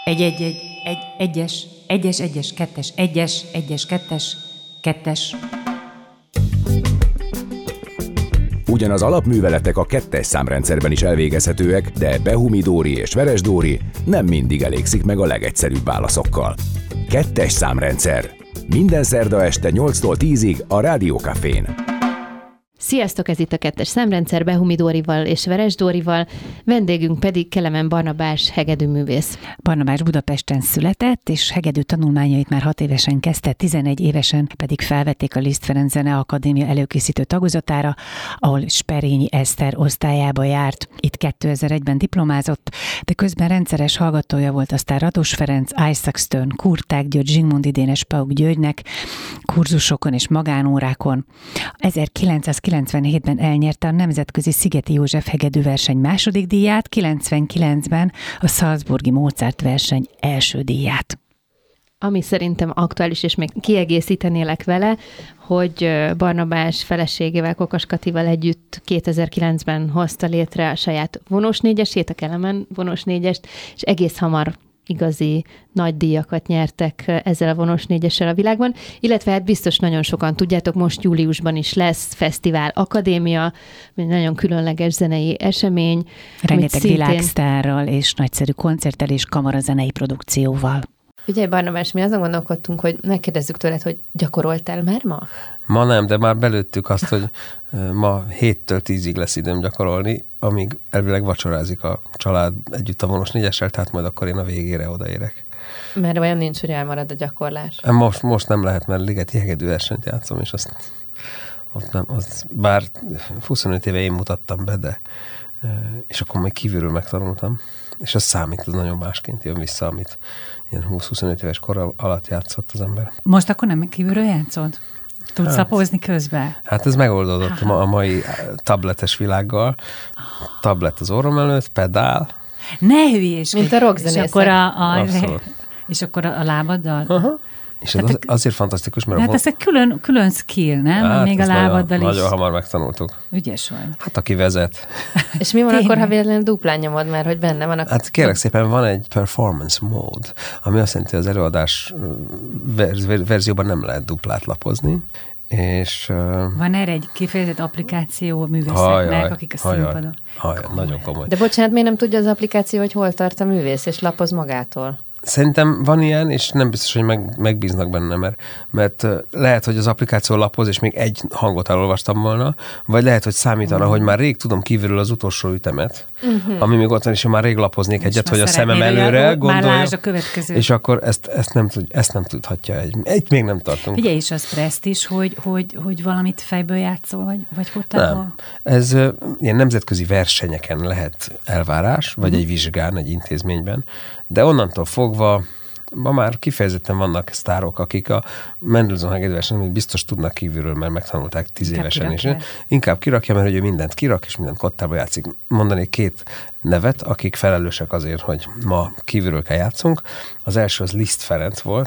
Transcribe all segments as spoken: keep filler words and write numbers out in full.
Egy, egy, egy, egy, egyes, egyes, egyes, kettes, egyes, egyes, kettes, kettes. Ugyan az alapműveletek a kettes számrendszerben is elvégezhetőek, de Behumi Dóri és Veres Dóri nem mindig elégszik meg a legegyszerűbb válaszokkal. Kettes számrendszer. Minden szerda este nyolctól tízig a Rádió Cafén. Sziasztok, ez itt a kettes számrendszer Behumi Dórival és Veres Dórival, vendégünk pedig Kelemen Barnabás hegedűművész. Barnabás Budapesten született, és hegedű tanulmányait már hat évesen kezdte, tizenegy évesen pedig felvették a Liszt Ferenc Zeneakadémia előkészítő tagozatára, ahol Sperényi Eszter osztályába járt. Itt kétezer-egyben diplomázott, de közben rendszeres hallgatója volt aztán Rados Ferenc, Isaac Stern, Kurták György, Zsigmond Dénes, Pauk Györgynek, kurzusokon és magánórákon. ezerkilencszázkilencvenhétben elnyerte a Nemzetközi Szigeti József hegedűverseny második díját, kilencvenkilencben a Salzburgi Mozart verseny első díját. Ami szerintem aktuális, és még kiegészítenélek vele, hogy Barnabás feleségével, Kokas Katival együtt kétezer-kilencben hozta létre a saját vonós négyesét, a Kelemen vonós négyest, és egész hamar igazi nagy díjakat nyertek ezzel a vonós négyessel a világban, illetve hát biztos nagyon sokan tudjátok, most júliusban is lesz Fesztivál Akadémia, nagyon különleges zenei esemény. Rengeteg szintén... világsztárral és nagyszerű koncerttel és kamarazenei produkcióval. Ugye, Barnabás, mi azon gondolkodtunk, hogy megkérdezzük tőled, hogy gyakoroltál már ma? Ma nem, de már belőttük azt, hogy ma héttől tízig lesz időm gyakorolni, amíg elvileg vacsorázik a család együtt a vonós négyessel, tehát majd akkor én a végére odaérek. Mert olyan nincs, hogy elmarad a gyakorlás. Most, most nem lehet, mert ligeti hegedűversenyt játszom, és azt ott nem, az, bár huszonöt éve én mutattam be, de és akkor majd kívülről megtanultam, és az számít, az nagyon másként jön vissza, amit ilyen húsz-huszonöt éves kor alatt játszott az ember. Most akkor nem kívülről játszod? Tudsz hát, szapozni közben? Hát ez megoldódott ha. a mai tabletes világgal. Tablet az orrom előtt, pedál. Ne hülyéskedj! Mint a rockzenészek. És akkor a, a, és akkor a lábaddal? Aha. És ez az, azért fantasztikus, mert... Hát a... ez egy külön, külön skill, nem? Hát még a lábaddal nagyon, is. Nagyon hamar megtanultuk. Ügyes vagy. Hát aki vezet. És mi van Tényleg? Akkor, ha véletlenül duplán nyomod, mert hogy benne van a... Hát kérlek szépen, van egy performance mode, ami azt jelenti, hogy az előadás verz- verzióban nem lehet duplát lapozni. És, uh... van erre egy kifejezett applikáció művészeknek, akik a színpadon... Hajaj, nagyon komoly. De bocsánat, miért nem tudja az applikáció, hogy hol tart a művész, és lapoz magától? Szerintem van ilyen, és nem biztos, hogy meg, megbíznak benne, mert, mert lehet, hogy az applikáció lapoz, és még egy hangot elolvastam volna, vagy lehet, hogy számítana, uh-huh. hogy már rég tudom kívülről az utolsó ütemet, uh-huh. ami még ott van, és már rég lapoznék és egyet, hogy a szemem előre gondolja, a következő. És akkor ezt, ezt, nem tud, ezt nem tudhatja egy. Egy még nem tartunk. Ugye is az presztízs, hogy, hogy, hogy valamit fejből játszol, vagy, vagy kottával? Nem. Ez uh, ilyen nemzetközi versenyeken lehet elvárás, vagy uh-huh. egy vizsgán, egy intézményben, de onnantól fogva ma már kifejezetten vannak sztárok, akik a Mendelssohn hegedűversenyen biztos tudnak kívülről, mert megtanulták tíz inkább évesen is. Inkább kirakja, mert hogy ő mindent kirak, és mindent kottába játszik. Mondanék két nevet, akik felelősek azért, hogy ma kívülről kell játszunk. Az első az Liszt Ferenc volt,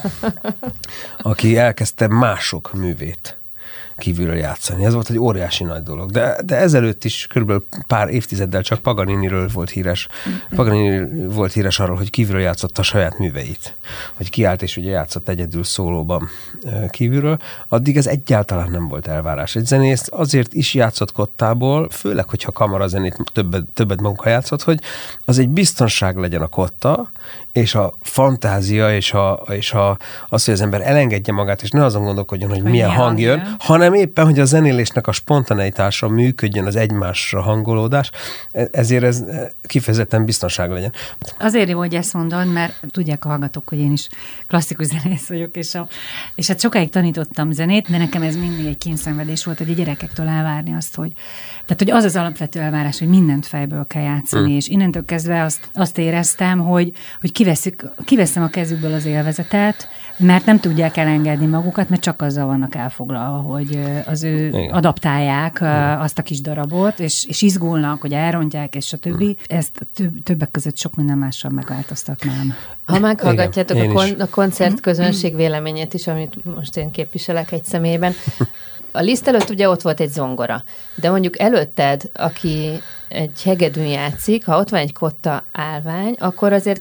aki elkezdte mások művét kívülről játszani. Ez volt egy óriási nagy dolog. De, de ezelőtt is körülbelül pár évtizeddel csak Paganiniről volt híres. Paganini volt híres arról, hogy kívülről játszotta a saját műveit. Hogy kiállt és ugye játszott egyedül szólóban kívülről. Addig ez egyáltalán nem volt elvárás. Egy zenész azért is játszott kottából, főleg, hogyha kamarazenét többet, többet magunkkal játszott, hogy az egy biztonság legyen a kotta, és a fantázia, és, a, és a, az, hogy az ember elengedje magát, és ne azon gondolkodjon, hogy, hogy milyen hang jön, jön, hanem éppen, hogy a zenélésnek a spontaneitása működjön, az egymásra hangolódás, ezért ez kifejezetten biztonság legyen. Azért jó, hogy ezt mondod, mert tudják a hallgatók, hogy én is klasszikus zenész vagyok, és, a, és hát sokáig tanítottam zenét, de nekem ez mindig egy kényszenvedés volt, hogy a gyerekektől elvárni azt, hogy tehát, hogy az az alapvető elvárás, hogy mindent fejből kell játszani, mm. és innentől kezdve azt, azt éreztem, hogy, hogy kiveszük, kiveszem a kezükből az élvezetet, mert nem tudják elengedni magukat, mert csak azzal vannak elfoglalva, hogy az ő Igen. adaptálják Igen. azt a kis darabot, és, és izgulnak, hogy elrontják, és a többi. Ezt több, többek között sok minden mással megváltoztatnám. Ha meghallgatjátok a, kon- a koncertközönség véleményét is, amit most én képviselek egy személyben, a Liszt előtt ugye ott volt egy zongora, de mondjuk előtted, aki egy hegedűn játszik, ha ott van egy kotta állvány, akkor azért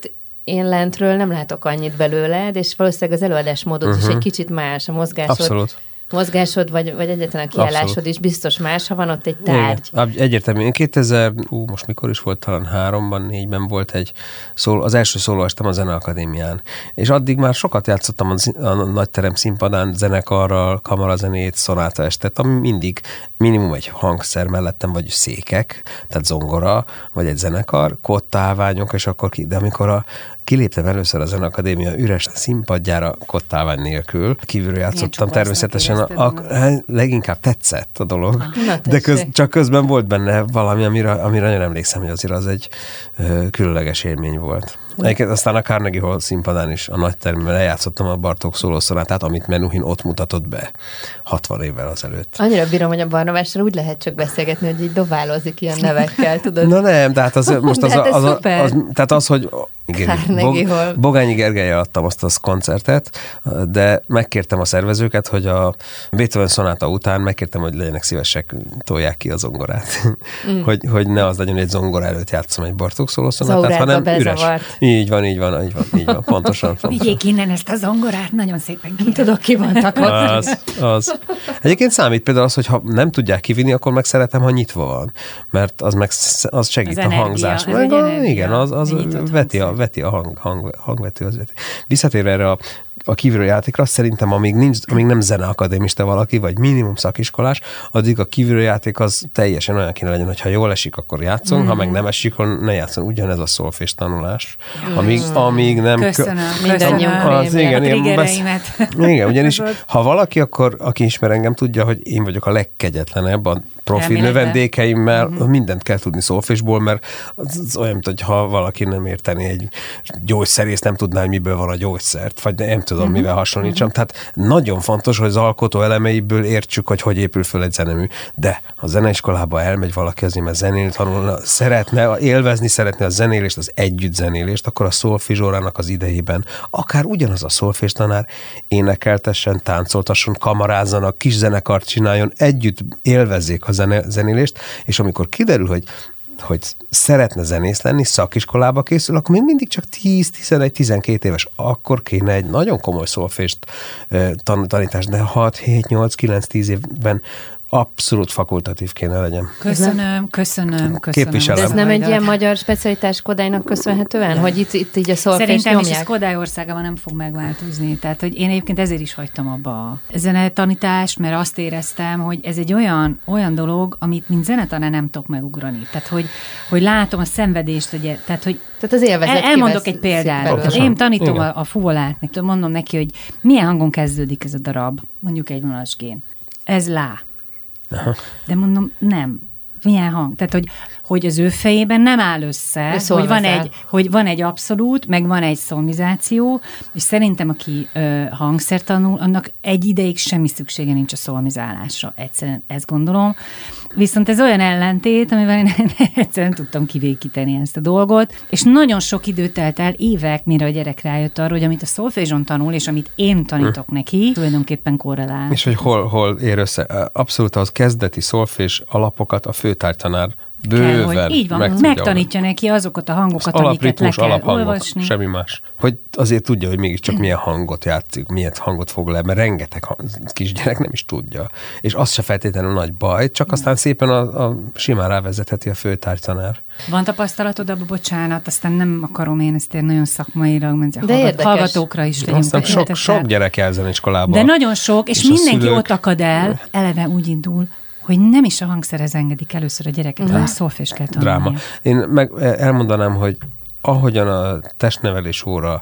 én lentről nem látok annyit belőled, és valószínűleg az előadásmódod uh-huh. is egy kicsit más, a mozgásod. Abszolút. Mozgásod, vagy, vagy egyáltalán a kiállásod Abszolút. Is biztos más, ha van ott egy tárgy. Igen. Egyértelműen. kétezer, ú, most mikor is volt, talán háromban, négyben volt egy szól, az első szólóestem a Zeneakadémián. És addig már sokat játszottam a, a nagyterem színpadán zenekarral, kamarazenét, szonáta estet, ami mindig minimum egy hangszer mellettem, vagy székek, tehát zongora, vagy egy zenekar, kottálványok, és akkor ki, de amikor a kiléptem először a Zeneakadémia üres színpadjára kottálvány nélkül. Kívülről játszottam természetesen. A, a, leginkább tetszett a dolog, ah, de köz, csak közben volt benne valami, amire, amire nagyon emlékszem, hogy azért az egy ö, különleges élmény volt. Egyébként aztán a Carnegie Hall színpadán is a nagy termben lejátszottam a Bartók szólószonátát, amit Menuhin ott mutatott be hatvan évvel azelőtt. Annyira bírom, hogy a Barnabással úgy lehet csak beszélgetni, hogy így dobálózik ilyen nevekkel, tudod? Na nem, tehát az, most az, hát az, az, az, az, tehát az, hogy igen, Bog, Bogányi Gergellyel adtam azt az koncertet, de megkértem a szervezőket, hogy a Beethoven szonáta után megkértem, hogy legyenek szívesek, tolják ki a zongorát. Mm. hogy, hogy ne az legyen, hogy egy zongora előtt játszom egy Bartók szólószonátát, hanem üres. Így van, így van, így van, így van, pontosan. pontosan. Vigyék innen ezt a zongorát, nagyon szépen ki tudok, ki vannak ott. Az, az. Egyébként számít például az, hogy ha nem tudják kivinni, akkor meg szeretem, ha nyitva van, mert az, meg, az segít az a hangzás. Meg a, igen, az, az veti a, veti a hang, hang, hangvető, az veti. Visszatérve erre a a kívülről játékra, szerintem amíg, nincs, amíg nem zeneakadémista valaki, vagy minimum szakiskolás, addig a kívülről játék az teljesen olyan kéne legyen, hogy ha jól esik, akkor játszon, mm. ha meg nem esik, akkor ne játszon. Ugyanez a szolfés tanulás. Amíg, amíg nem... Köszönöm, köszönöm. Az, igen, a triggereimet. Igen, ugyanis ha valaki, akkor, aki ismer engem, tudja, hogy én vagyok a legkegyetlenebb a profi növendékeimmel, uh-huh. mindent kell tudni szolfésból, mert az, az olyan, mint hogyha valaki nem érteni egy gyógyszerész, nem tudná, hogy miből van a gyógyszert, vagy nem tudom, uh-huh. mivel hasonlítsam. Uh-huh. Tehát nagyon fontos, hogy az alkotó elemeiből értsük, hogy hogy épül föl egy zenemű. De a zeneiskolába elmegy valaki azért, mert zenélni tanulna, szeretne élvezni, szeretne a zenélést, az együtt zenélést, akkor a szolfizsórának az idejében akár ugyanaz a szolfés tanár énekeltessen, táncoltasson, kamarázzanak, kis zenekart csináljon, együtt élvezzék a zene, zenélést, és amikor kiderül, hogy hogy szeretne zenész lenni, szakiskolába készül, akkor még mindig csak tíz, tizenegy, tizenkét éves. Akkor kéne egy nagyon komoly szolfést tan- tanítás, de hat, hét, nyolc, kilenc, tíz évben abszolút fakultatív kéne legyen. Köszönöm, köszönöm, köszönöm. Képviselem. De ez nem egy ilyen magyar specialitás Kodálynak köszönhetően, hogy itt, itt így a szolfést nyomják? Szerintem is ez Kodály országában nem fog megváltozni. Tehát, hogy én egyébként ezért is hagytam abba a zenetanítást, mert azt éreztem, hogy ez egy olyan, olyan dolog, amit mint zenetanár nem tudok megugrani. Tehát, hogy, hogy látom a szenvedést, ugye, tehát, hogy tehát az élvezet el, elmondok egy példát. Én tanítom a, a fuvolát, mondom neki, hogy milyen hangon kezdődik ez a darab, mondjuk egy vonalasgén. Ez lá. Aha. De mondom, nem. Milyen hang? Tehát, hogy, hogy az ő fejében nem áll össze, hogy van, egy, hogy van egy abszolút, meg van egy szolmizáció, és szerintem, aki ö, hangszer tanul, annak egy ideig semmi szüksége nincs a szolmizálásra. Egyszerűen ezt gondolom. Viszont ez olyan ellentét, amivel én egyszerűen tudtam kivékíteni ezt a dolgot, és nagyon sok idő telt el, évek, mire a gyerek rájött arra, hogy amit a szolfézson tanul, és amit én tanítok hm. neki, tulajdonképpen korrelál. És hogy hol, hol ér össze? Abszolút az kezdeti szolfés alapokat a főtártanár bőven kell, így van, meg megtanítja neki azokat a hangokat, amiket le kell olvasni. Semmi más. Hogy azért tudja, hogy mégiscsak milyen hangot játszik, milyen hangot fog le, mert rengeteg kisgyerek nem is tudja. És az se feltétlenül nagy baj, csak aztán szépen a, a simán rávezetheti a főtártanár. Van tapasztalatod abban, bocsánat, aztán nem akarom én ezt én nagyon szakmailag, mert de hallgat, hallgatókra is legyünk. Aztán sok, sok gyerek jár zeneiskolában. De nagyon sok, és, és mindenki szülők... ott akad el, eleve úgy indul, hogy nem is a hangszerhez engedik először a gyereket, hanem szolfés kell tanulnia. Dráma. Én meg elmondanám, hogy ahogyan a testnevelés óra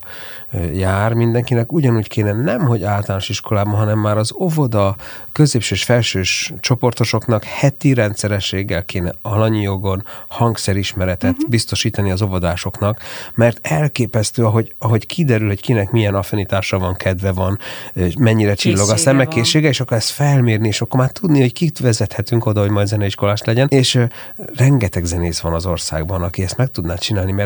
jár mindenkinek, ugyanúgy kéne nem, hogy általános iskolában, hanem már az óvoda, középső és felsős csoportosoknak heti rendszerességgel kéne alanyi jogon hangszerismeretet uh-huh. biztosítani az óvodásoknak, mert elképesztő, ahogy, ahogy kiderül, hogy kinek milyen affinitása van, kedve van, mennyire csillog a szemekészsége, és akkor ezt felmérni, és akkor már tudni, hogy kit vezethetünk oda, hogy majd zeneiskolás legyen, és uh, rengeteg zenész van az országban, aki ezt meg tudná csinálni, mert nagyon sok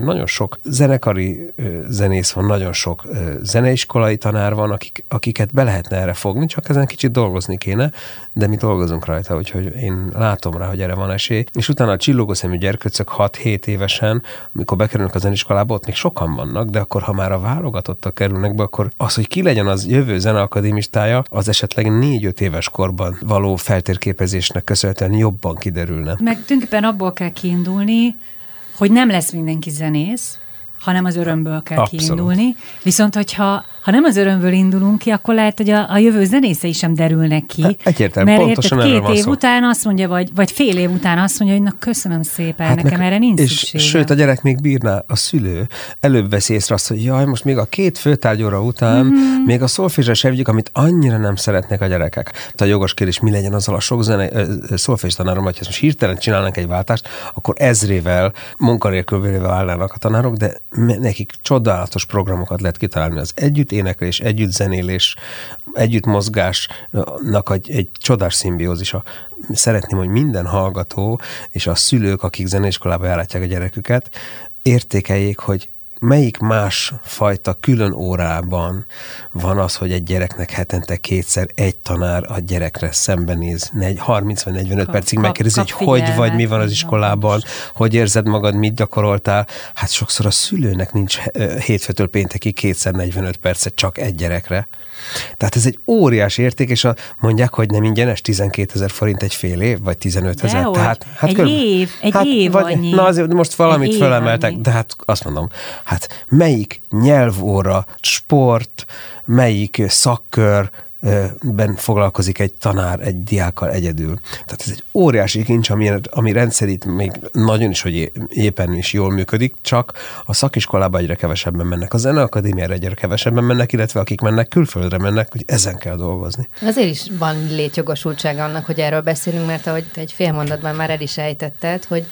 sok zenekari zenész van, nagyon sok zeneiskolai tanár van, akik, akiket be lehetne erre fogni, csak ezen kicsit dolgozni kéne, de mi dolgozunk rajta, úgyhogy én látom rá, hogy erre van esély. És utána a csillogószemű gyerkőcök hat-hét évesen, amikor bekerülnek a zeneiskolába, ott még sokan vannak, de akkor, ha már a válogatottak kerülnek be, akkor az, hogy ki legyen az jövő zeneakadémistája, az esetleg négy-öt éves korban való feltérképezésnek köszönhetően jobban kiderülne. Meg tulajdonképpen abból kell kiindulni, hogy nem lesz mindenki zenész, hanem az örömből kell Abszolút. kiindulni. Viszont, hogyha ha nem az örömből indulunk ki, akkor lehet, hogy a, a jövő zenészei sem derülnek ki. Egyértelmű, mert pontosan érted, erről két van év szó. után azt mondja, vagy, vagy fél év után azt mondja, hogy na köszönöm szépen, hát nekem meg, erre nincs és szüksége. Sőt, a gyerek még bírná, a szülő előbb veszi észre azt, hogy jaj, most még a két főtárgyóra után mm-hmm. még a szolfézsre se vigyük, amit annyira nem szeretnek a gyerekek. Tehát a jogos kérdés, mi legyen azzal a sok zene, szolfézs tanárom, hogy most hirtelen csinálnak egy váltást, akkor ezrével, munkanélkülvével állnának a tanárok, de nekik csodálatos programokat lehet kitalálni. Az együtt éneklés, együtt zenélés, együtt mozgásnak egy, egy csodás szimbiózisa. Szeretném, hogy minden hallgató és a szülők, akik zeneiskolába járatják a gyereküket, értékeljék, hogy melyik más fajta külön órában van az, hogy egy gyereknek hetente kétszer egy tanár a gyerekre szembenéz, harminc vagy negyvenöt percig megkérdezi, hogy hogy vagy, mi van az iskolában, hogy érzed magad, mit gyakoroltál. Hát sokszor a szülőnek nincs hétfőtől péntekig kétszer negyvenöt percet csak egy gyerekre. Tehát ez egy óriási érték, és a, mondják, hogy nem ingyenes tizenkétezer forint egy fél év, vagy tizenötezer. Tehát, hát egy körül, év, egy hát, év vagy, annyi. Na azért most valamit fölemeltek, de hát azt mondom, hát melyik nyelvóra, sport, melyik szakkör, ben foglalkozik egy tanár egy diákkal egyedül. Tehát ez egy óriási kincs, ami, ami rendszerint még nagyon is, hogy éppen is jól működik, csak a szakiskolában egyre kevesebben mennek, a zeneakadémiára egyre kevesebben mennek, illetve akik mennek, külföldre mennek, hogy ezen kell dolgozni. Azért is van létjogosultsága annak, hogy erről beszélünk, mert ahogy egy fél mondatban már el is ejtetted, hogy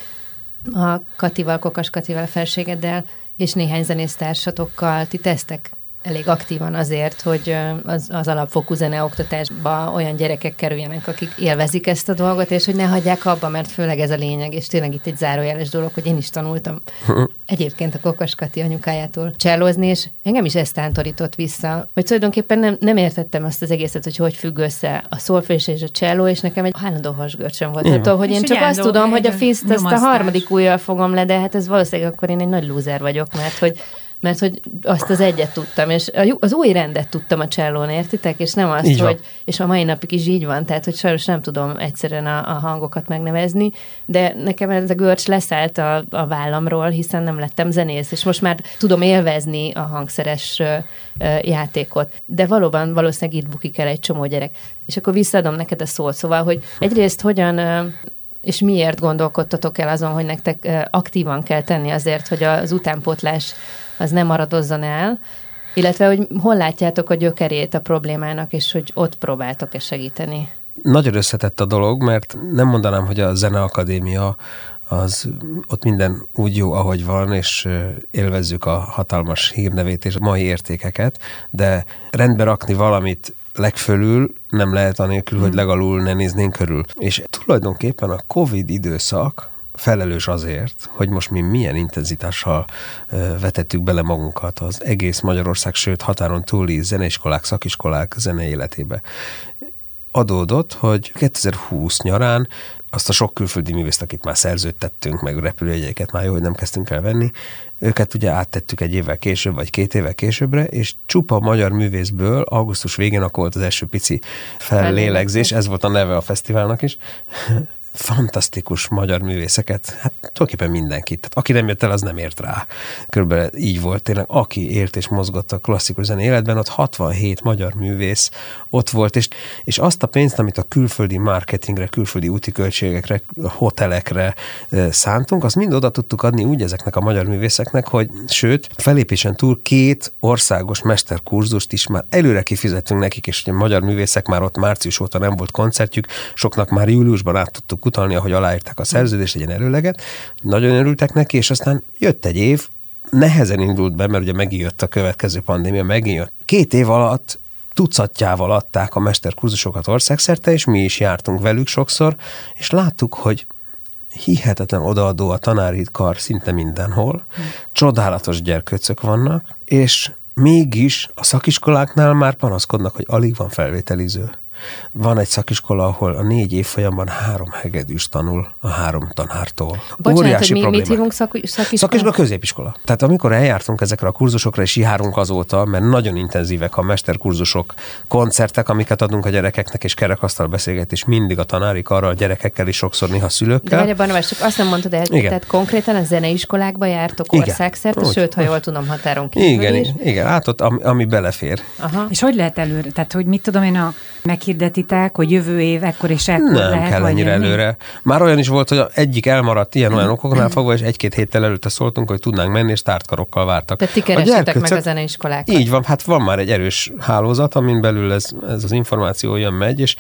a Katival, Kokas Katival, felségeddel és néhány zenésztársatokkal ti tesztek elég aktívan azért, hogy az, az alapfokú zeneoktatásba olyan gyerekek kerüljenek, akik élvezik ezt a dolgot, és hogy ne hagyják abba, mert főleg ez a lényeg, és tényleg itt egy zárójeles dolog, hogy én is tanultam egyébként a Kokas Kati anyukájától csellozni, és engem is ezt tántorított vissza, hogy tulajdonképpen nem, nem értettem azt az egészet, hogy hogy függ össze a szolfés és a cselló, és nekem egy állandó hasgörcsöm volt. Tehát, hogy én csak azt tudom, hogy a fiszt azt a harmadik ujjal fogom le, de hát ez valószínűleg akkor én egy nagy lúzer vagyok, mert hogy mert hogy azt az egyet tudtam, és az új rendet tudtam a csellón, értitek? És nem azt, hogy, és a mai napig is így van, tehát, hogy sajnos nem tudom egyszerűen a, a hangokat megnevezni, de nekem ez a görcs leszállt a, a vállamról, hiszen nem lettem zenész, és most már tudom élvezni a hangszeres ö, ö, játékot. De valóban valószínűleg itt bukik el egy csomó gyerek. És akkor visszaadom neked a szót, szóval, hogy egyrészt hogyan... Ö, és miért gondolkodtatok el azon, hogy nektek aktívan kell tenni azért, hogy az utánpótlás az nem maradozzon el, illetve hogy hol látjátok a gyökerét a problémának, és hogy ott próbáltok-e segíteni? Nagyon összetett a dolog, mert nem mondanám, hogy a Zeneakadémia az ott minden úgy jó, ahogy van, és élvezzük a hatalmas hírnevét és a mai értékeket, de rendbe rakni valamit legfölül nem lehet anélkül, hogy legalul ne néznénk körül. És tulajdonképpen a Covid időszak felelős azért, hogy most mi milyen intenzitással vetettük bele magunkat az egész Magyarország, sőt határon túli zeneiskolák, szakiskolák zene életébe. Adódott, hogy kétezer-húsz nyarán azt a sok külföldi művészt, akit már szerződtettünk, meg repülőjegyeket már jó, hogy nem kezdtünk el venni, őket ugye áttettük egy évvel később, vagy két évvel későbbre, és csupa magyar művészből augusztus végén akkor volt az első pici fellélegzés, ez volt a neve a fesztiválnak is, fantasztikus magyar művészeket, hát tulajdonképpen mindenkit. Tehát aki nem jött el, az nem ért rá. Körülbelül így volt tényleg, aki élt és mozgott a klasszikus zene életben, ott hatvanhét magyar művész ott volt, és, és azt a pénzt, amit a külföldi marketingre, külföldi úti költségekre, hotelekre e, szántunk, azt mind oda tudtuk adni úgy ezeknek a magyar művészeknek, hogy sőt, felépésen túl két országos mesterkurzust is már előre kifizettünk nekik, és hogy a magyar művészek már ott március óta nem volt koncertjük, soknak már júliusban át tudtuk utalni, ahogy aláírták a szerződést, egy ilyen előleget. Nagyon örültek neki, és aztán jött egy év, nehezen indult be, mert ugye megijött a következő pandémia, megijött. Két év alatt tucatjával adták a mesterkurzusokat országszerte, és mi is jártunk velük sokszor, és láttuk, hogy hihetetlen odaadó a tanári kar szinte mindenhol, csodálatos gyerkőcök vannak, és mégis a szakiskoláknál már panaszkodnak, hogy alig van felvételiző. Van egy szakiskola, ahol a négy évfolyamban három hegedűs tanul a három tanártól. Bocsánat, Óriási hogy mi, mit hívunk szak, szakiskola? Szakiskola, középiskola. Tehát amikor eljártunk ezekre a kurzusokra, és járunk azóta, mert nagyon intenzívek a mesterkurzusok, koncertek, amiket adunk a gyerekeknek, és kerekasztal beszélgetés mindig a tanári karral, a gyerekekkel is sokszor, néha szülőkkel. De várjál, Barnabás, csak azt nem mondtad el, tehát konkrétan a zeneiskolákba jártok országszerte, sőt, ha jól tudom, határon kívül igen, is. Igen, hát ott, ami, ami belefér. Aha. És hogy lehet előre? Tehát, hogy mit tudom én, a meghirdetitek, hogy jövő év ekkor és ekkor nem lehet kell ennyire jönni? Előre. Már olyan is volt, hogy egyik elmaradt ilyen-olyan okoknál fogva, és egy-két héttel előtte szóltunk, hogy tudnánk menni, és tártkarokkal vártak. Tehát ti keresitek meg a zeneiskolákat. Így van, hát van már egy erős hálózat, amin belül ez, ez az információ jön megy, és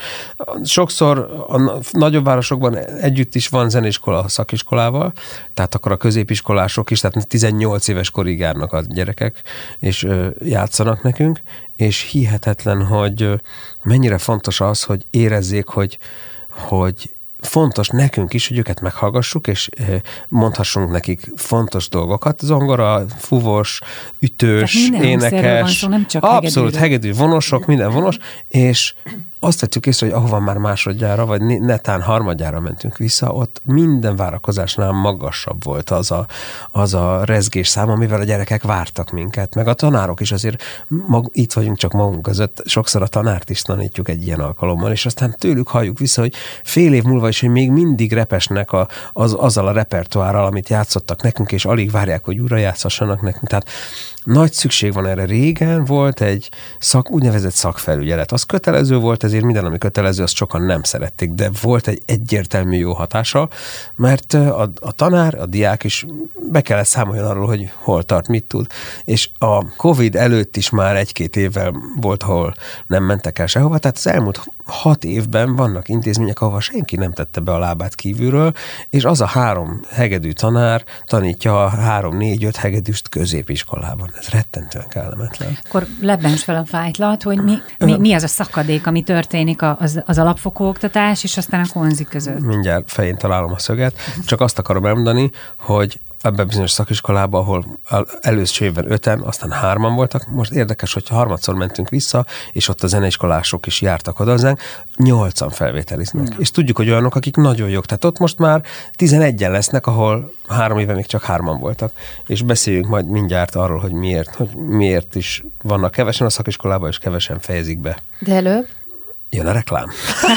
sokszor a nagyobb városokban együtt is van zeneiskola a szakiskolával, tehát akkor a középiskolások is, tehát tizennyolc éves korig járnak a gyerekek, és játszanak nekünk, és hihetetlen, hogy mennyire fontos az, hogy érezzék, hogy, hogy fontos nekünk is, hogy őket meghallgassuk, és mondhassunk nekik fontos dolgokat. Zongora, fuvos, ütős, énekes, szó, nem csak abszolút hegedű, vonosok, minden vonos, és azt vettük észre, hogy ahova már másodjára, vagy netán harmadjára mentünk vissza, ott minden várakozásnál magasabb volt az a, az a rezgés szám, amivel a gyerekek vártak minket, meg a tanárok is azért mag, itt vagyunk csak magunk között, sokszor a tanárt is tanítjuk egy ilyen alkalommal, és aztán tőlük halljuk vissza, hogy fél év múlva is, hogy még mindig repesnek a, az, azzal a repertoárral, amit játszottak nekünk, és alig várják, hogy újra játszhassanak nekünk. Tehát nagy szükség van erre. Régen volt egy szak, úgynevezett szakfelügyelet. Az kötelező volt, ezért minden, ami kötelező, azt sokan nem szerették, de volt egy egyértelmű jó hatása, mert a, a tanár, a diák is be kellett számoljon arról, hogy hol tart, mit tud. És a Covid előtt is már egy-két évvel volt, ahol nem mentek el sehova, tehát az elmúlt hat évben vannak intézmények, ahol senki nem tette be a lábát kívülről, és az a három hegedű tanár tanítja a három, négy, öt hegedűst középiskolában. Ez rettentően kellemetlen. Akkor lebbens fel a fájtlat, hogy mi, mi, mi az a szakadék, ami történik az, az alapfokú oktatás, és aztán a konzi között. Mindjárt fején találom a szöget. Csak azt akarom elmondani, hogy ebben bizonyos szakiskolában, ahol előző évben öten, aztán hárman voltak. Most érdekes, hogy harmadszor mentünk vissza, és ott a zeneiskolások is jártak oda hozzánk, nyolcan felvételiznek. Ja. És tudjuk, hogy olyanok, akik nagyon jók. Tehát ott most már tizenegyen lesznek, ahol három éve még csak hárman voltak. És beszéljünk majd mindjárt arról, hogy miért, hogy miért is vannak kevesen a szakiskolában, és kevesen fejezik be. De előbb? Jön a reklám.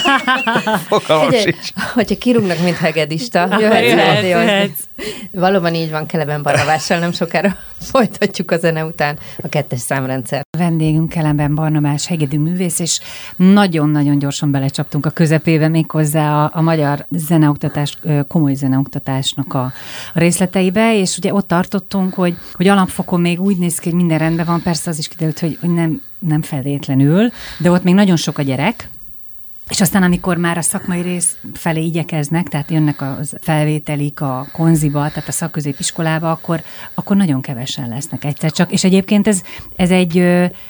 Figyelj, hogyha kirúgnak, mint hegedista, jöhetsz. Valóban így van, Keleben Barnabással, nem sokára folytatjuk a zene után a kettes számrendszer. A vendégünk Keleben Barnabás hegedű művész, és nagyon-nagyon gyorsan belecsaptunk a közepébe, méghozzá a, a magyar zeneoktatás, komoly zeneoktatásnak a, a részleteibe, és ugye ott tartottunk, hogy, hogy alapfokon még úgy néz ki, hogy minden rendben van, persze az is kiderült, hogy, hogy nem nem feltétlenül, de ott még nagyon sok a gyerek, és aztán amikor már a szakmai rész felé igyekeznek, tehát jönnek a felvételik a konziba, tehát a szakközépiskolába, akkor, akkor nagyon kevesen lesznek egyszer csak. És egyébként ez, ez, egy,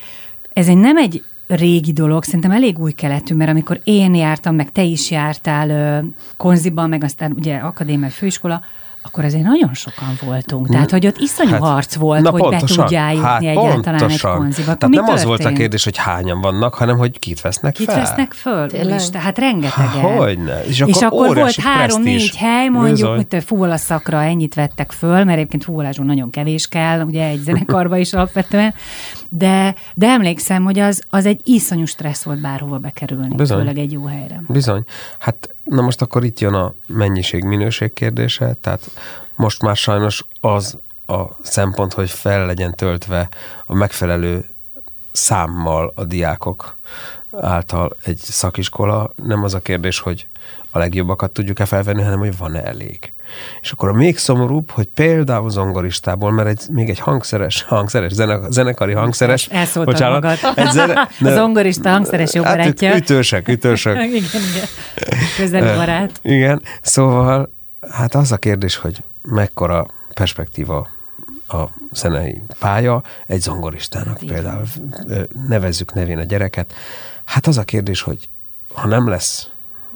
ez egy nem egy régi dolog, szerintem elég új keletű, mert amikor én jártam, meg te is jártál konziban, meg aztán ugye akadémiai főiskola, akkor azért nagyon sokan voltunk. Tehát, hogy ott iszonyú hát, harc volt, hogy pontosan, be tudjál jutni hát egyáltalán pontosan. Egy konziba. Tehát nem történt? Az volt a kérdés, hogy hányan vannak, hanem hogy kit vesznek kit fel. Kit vesznek föl? Úristen, tehát rengetegen. Hogyne. És akkor, és akkor volt három-négy presztízs. hely, mondjuk, hogy fuvolaszakra ennyit vettek föl, mert egyébként fuvolásról nagyon kevés kell, ugye egy zenekarba is alapvetően, de, de emlékszem, hogy az, az egy iszonyú stressz volt bárhova bekerülni, Bizony. Főleg egy jó helyre. Bizony. Hát na most akkor itt jön a mennyiség-minőség kérdése, tehát most már sajnos az a szempont, hogy fel legyen töltve a megfelelő számmal a diákok által egy szakiskola. Nem az a kérdés, hogy a legjobbakat tudjuk-e felvenni, hanem hogy van-e elég. És akkor a még szomorúbb, hogy például zongoristából, mert egy, még egy hangszeres, hangszeres, zene, zenekari hangszeres. Elszóltad magad. Egy zene, ne, a zongorista hangszeres jó barátja. Hát ütősek, ütősek. igen, igen. Közeli barát. Igen, szóval hát az a kérdés, hogy mekkora perspektíva a zenei pálya egy zongoristának igen. Például. Nevezzük nevén a gyereket. Hát az a kérdés, hogy ha nem lesz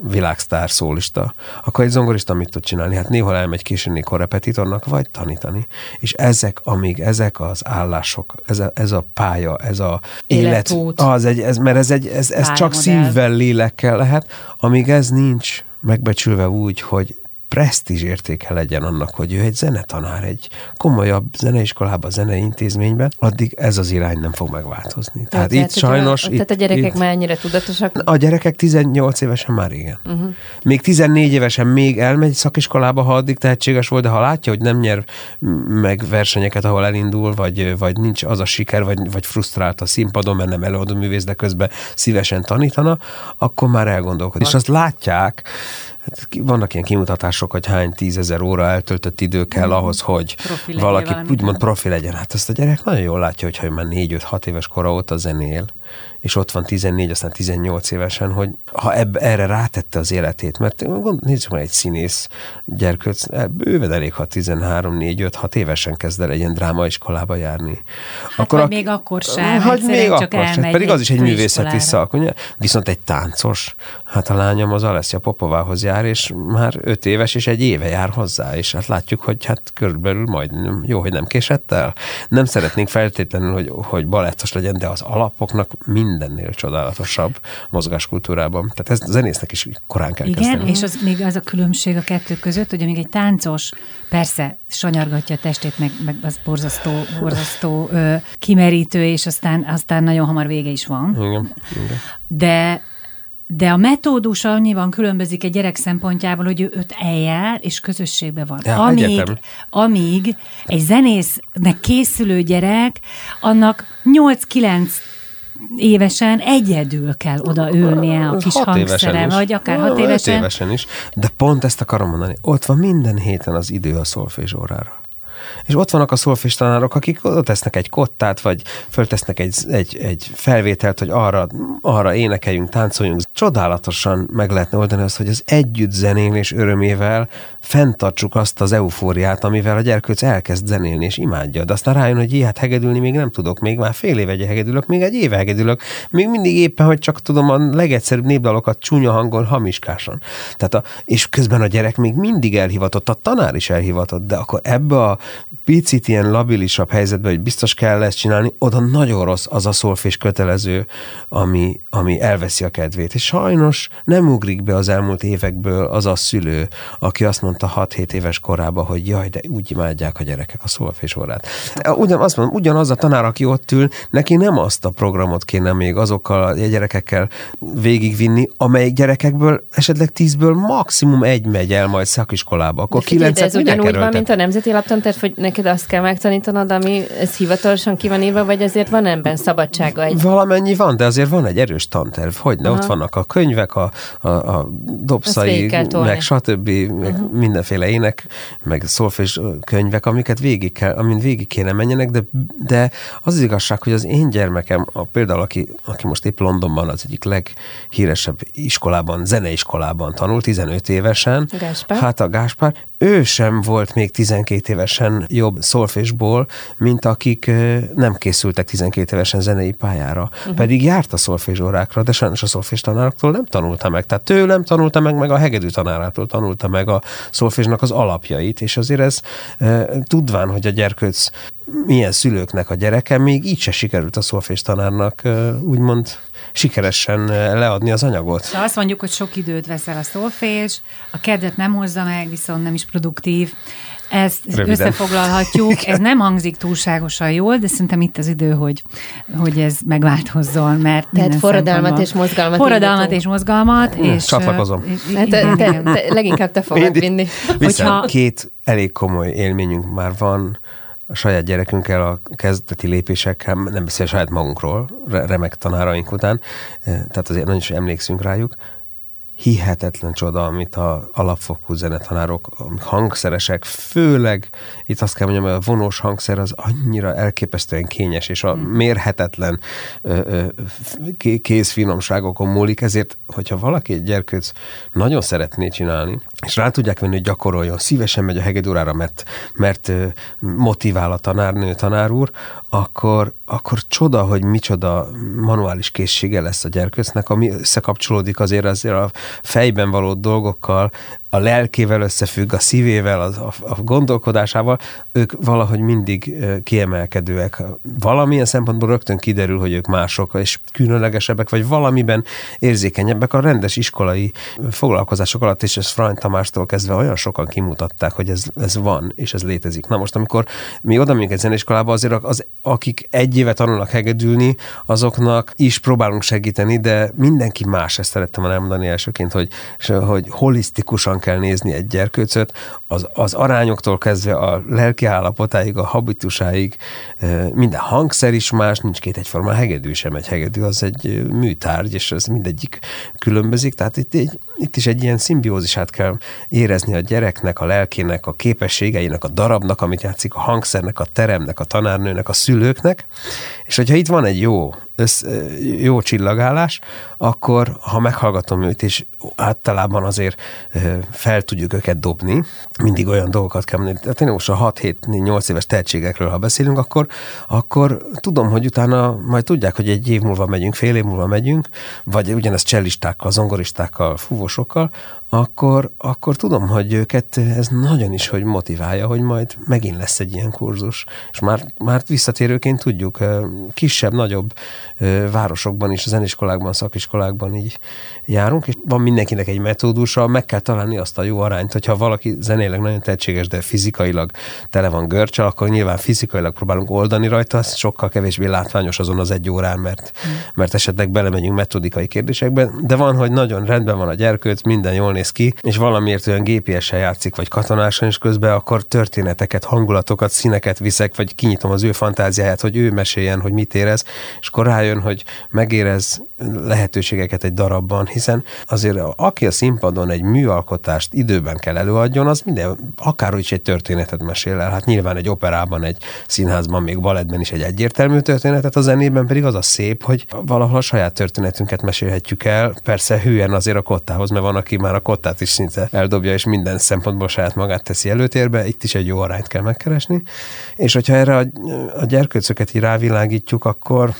világsztár szólista, akkor egy zongorista mit tud csinálni? Hát néha elmegy későni korrepetitornak, vagy tanítani. És ezek, amíg ezek az állások, ez a, ez a pálya, ez a élet, az egy, ez, mert ez, egy, ez, ez csak szívvel, lélekkel lehet, amíg ez nincs megbecsülve úgy, hogy presztízs értéke legyen annak, hogy ő egy zenetanár, egy komolyabb zeneiskolában, zeneintézményben, addig ez az irány nem fog megváltozni. Tehát, tehát itt sajnos... A, itt, tehát a gyerekek itt, már ennyire tudatosak? A gyerekek tizennyolc évesen már igen. Uh-huh. Még tizennégy évesen még elmegy szakiskolába, ha addig tehetséges volt, de ha látja, hogy nem nyer meg versenyeket, ahol elindul, vagy, vagy nincs az a siker, vagy, vagy frusztrált a színpadon, mert nem előadó művész, de közben szívesen tanítana, akkor már elgondolkodik. És azt látják, vannak ilyen kimutatások, hogy hány tízezer óra eltöltött idő kell mm. ahhoz, hogy profi valaki úgymond profi legyen. Hát ezt a gyerek nagyon jól látja, hogyha már négy öt hat éves kora óta zenél, és ott van tizennégy, aztán tizennyolc évesen, hogy ha ebbe, erre rátette az életét, mert nézzük meg egy színész gyerkőc, bőven elég, ha tizenhárom, négy, öt, hat évesen kezd el egy ilyen drámaiskolába járni. Hát akkor vagy a, még akkor sem, hogy még csak akkor sem, pedig az is egy művészeti szak. Viszont egy táncos, hát a lányom az Alessia Popovához jár, és már öt éves, és egy éve jár hozzá, és hát látjuk, hogy hát körülbelül majd jó, hogy nem késett el. Nem szeretnénk feltétlenül, hogy, hogy balettos legyen, de az alapoknak mindennél csodálatosabb mozgáskultúrában. Tehát ez a zenésznek is korán kell Igen, kezdeni. és az, még az a különbség a kettő között, hogy amíg egy táncos persze sanyargatja a testét, meg, meg az borzasztó, borzasztó ö, kimerítő, és aztán, aztán nagyon hamar vége is van. Igen, igen. De De a metódus annyiban különbözik egy gyerek szempontjából, hogy ő öt eljár, és közösségben van. Ja, amíg, amíg egy zenésznek készülő gyerek, annak nyolc-kilenc évesen egyedül kell odaülnie a kis hangszere, vagy akár hat évesen. évesen is. De pont ezt akarom mondani. Ott van minden héten az idő a szolfés órára. És ott vannak a szolfés tanárok, akik oda tesznek egy kottát, vagy föltesznek egy, egy, egy felvételt, hogy arra, arra énekeljünk, táncoljunk. Csodálatosan meg lehetne oldani azt, hogy az együtt zenélés örömével fenntartsuk azt az eufóriát, amivel a gyerkőc elkezd zenélni, és imádja. De aztán rájön, hogy hát hegedülni még nem tudok, még már fél éve egy hegedülök, még egy éve hegedülök, még mindig éppen, hogy csak tudom a legegyszerűbb népdalokat csúnya hangon, hamiskásan. Tehát a, és közben a gyerek még mindig elhivatott, a tanár is elhivatott, de akkor ebbe a picit ilyen labilisabb helyzetben, hogy biztos kell ezt csinálni, oda nagyon rossz az a szolfés kötelező, ami, ami elveszi a kedvét. És sajnos nem ugrik be az elmúlt évekből az a szülő, aki azt mondta hat-hét éves korában, hogy jaj, de úgy imádják a gyerekek a szolfés órát. Ugyan, azt mondom, ugyanaz a tanár, aki ott ül, neki nem azt a programot kéne még azokkal a gyerekekkel végigvinni, amelyik gyerekekből esetleg tízből maximum egy megy el majd szakiskolába. Akkor kilencet ez ugyanúgy van, mint a Nemzeti Laptanterv, hogy neked azt kell megtanítanod, ami ez hivatalosan ki van írva, vagy azért van ebben szabadsága? Egy... Valamennyi van, de azért van egy erős tanterv. Hogyne, Aha. ott vannak a könyvek, a, a, a dobszai, meg stb., meg uh-huh. mindenféle ének, meg szolfés könyvek, amiket végig kell, amin végig kéne menjenek, de, de az, az igazság, hogy az én gyermekem, a, például aki, aki most épp Londonban az egyik leghíresebb iskolában, zeneiskolában tanul, tizenöt évesen. Gáspár. Hát a Gáspár, ő sem volt még tizenkét évesen jobb szolfésból, mint akik nem készültek tizenkét évesen zenei pályára. Uh-huh. Pedig járt a szolfés órákra, de sajnos a szolfés tanároktól nem tanulta meg. Tehát ő nem tanulta meg, meg a hegedű tanárától tanulta meg a szolfésnak az alapjait, és azért ez tudván, hogy a gyerkőc milyen szülőknek a gyereke, még így se sikerült a szolfés tanárnak úgymond sikeresen leadni az anyagot. De azt mondjuk, hogy sok időt veszel a szolfés, a kedvet nem hozza meg, viszont nem is produktív. Ezt Röviden. Összefoglalhatjuk. Ez nem hangzik túlságosan jól, de szerintem itt az idő, hogy, hogy ez megváltozzon, mert tehát forradalmat és mozgalmat. Forradalmat és mozgalmat. És, csatlakozom. És, hát te, te, te, leginkább te fogod vinni. Hogyha... Két elég komoly élményünk már van a saját gyerekünkkel, a kezdeti lépésekkel, nem beszél saját magunkról, remek tanáraink után, tehát azért nagyon is emlékszünk rájuk. Hihetetlen csoda, amit a alapfokú zenetanárok, hangszeresek, főleg itt azt kell mondjam, hogy a vonós hangszer az annyira elképesztően kényes, és a mérhetetlen ö, ö, kézfinomságokon múlik, ezért, hogyha valaki egy gyerkőc nagyon szeretné csinálni, és rá tudják venni, hogy gyakoroljon, szívesen megy a hegedűrára, mert, mert motivál a tanárnő, tanár úr, akkor, akkor csoda, hogy micsoda manuális készsége lesz a gyerkőcnek, ami összekapcsolódik azért azért a fejben való dolgokkal, a lelkével összefügg, a szívével, a, a, a gondolkodásával, ők valahogy mindig kiemelkedőek. Valamilyen szempontból rögtön kiderül, hogy ők mások, és különlegesebbek, vagy valamiben érzékenyebbek. A rendes iskolai foglalkozások alatt, és ezt Frany Tamástól kezdve olyan sokan kimutatták, hogy ez, ez van, és ez létezik. Na most, amikor mi oda megyünk egy zeneiskolába, azért az, akik egy éve tanulnak hegedülni, azoknak is próbálunk segíteni, de mindenki más, ezt szerettem volna elmondani elsőként, hogy, hogy holisztikusan kell nézni egy gyerkőcöt, az, az arányoktól kezdve a lelki állapotáig, a habitusáig, minden hangszer is más, nincs két egyforma hegedű sem, egy hegedű az egy műtárgy, és ez mindegyik különbözik, tehát itt, egy, itt is egy ilyen szimbiózisát kell érezni a gyereknek, a lelkének, a képességeinek, a darabnak, amit játszik, a hangszernek, a teremnek, a tanárnőnek, a szülőknek, és hogyha itt van egy jó össz, jó csillagállás, akkor ha meghallgatom őt, és általában azért fel tudjuk őket dobni, mindig olyan dolgokat kell mondani. Tehát én most a hat-hét-nyolc éves tehetségekről, ha beszélünk, akkor, akkor tudom, hogy utána majd tudják, hogy egy év múlva megyünk, fél év múlva megyünk, vagy ugyanezt cellistákkal, zongoristákkal, fúvósokkal, akkor, akkor tudom, hogy őket ez nagyon is, hogy motiválja, hogy majd megint lesz egy ilyen kurzus. És már, már visszatérőként tudjuk, kisebb, nagyobb városokban is, zeneiskolákban, szakiskolákban így járunk, és van mindenkinek egy metódusa, meg kell találni azt a jó arányt, hogyha valaki zenéleg nagyon tehetséges, de fizikailag tele van görcsel, akkor nyilván fizikailag próbálunk oldani rajta, az sokkal kevésbé látványos azon az egy órán, mert, mert esetleg belemegyünk metodikai kérdésekbe, de van, hogy nagyon rendben van a gyerkőc, minden jól néz ki, és valamiért olyan gé pé es-sel játszik, vagy katonásan is közben, akkor történeteket, hangulatokat, színeket viszek, vagy kinyitom az ő fantáziáját, hogy ő meséljen, hogy mit érez, és akkor rájön, hogy megérez lehetőségeket egy darabban, hiszen azért aki a színpadon egy műalkotást időben kell előadjon, az minden, akárhogy is egy történetet mesél el. Hát nyilván egy operában, egy színházban, még balettben is egy egyértelmű történetet, a zenében pedig az a szép, hogy valahol a saját történetünket mesélhetjük el. Persze hülyen azért a kottához, mert van, aki már a kottát is szinte eldobja, és minden szempontból saját magát teszi előtérbe, itt is egy jó arányt kell megkeresni. És hogyha erre a, a gyerkőcöket így rávilágítjuk, akkor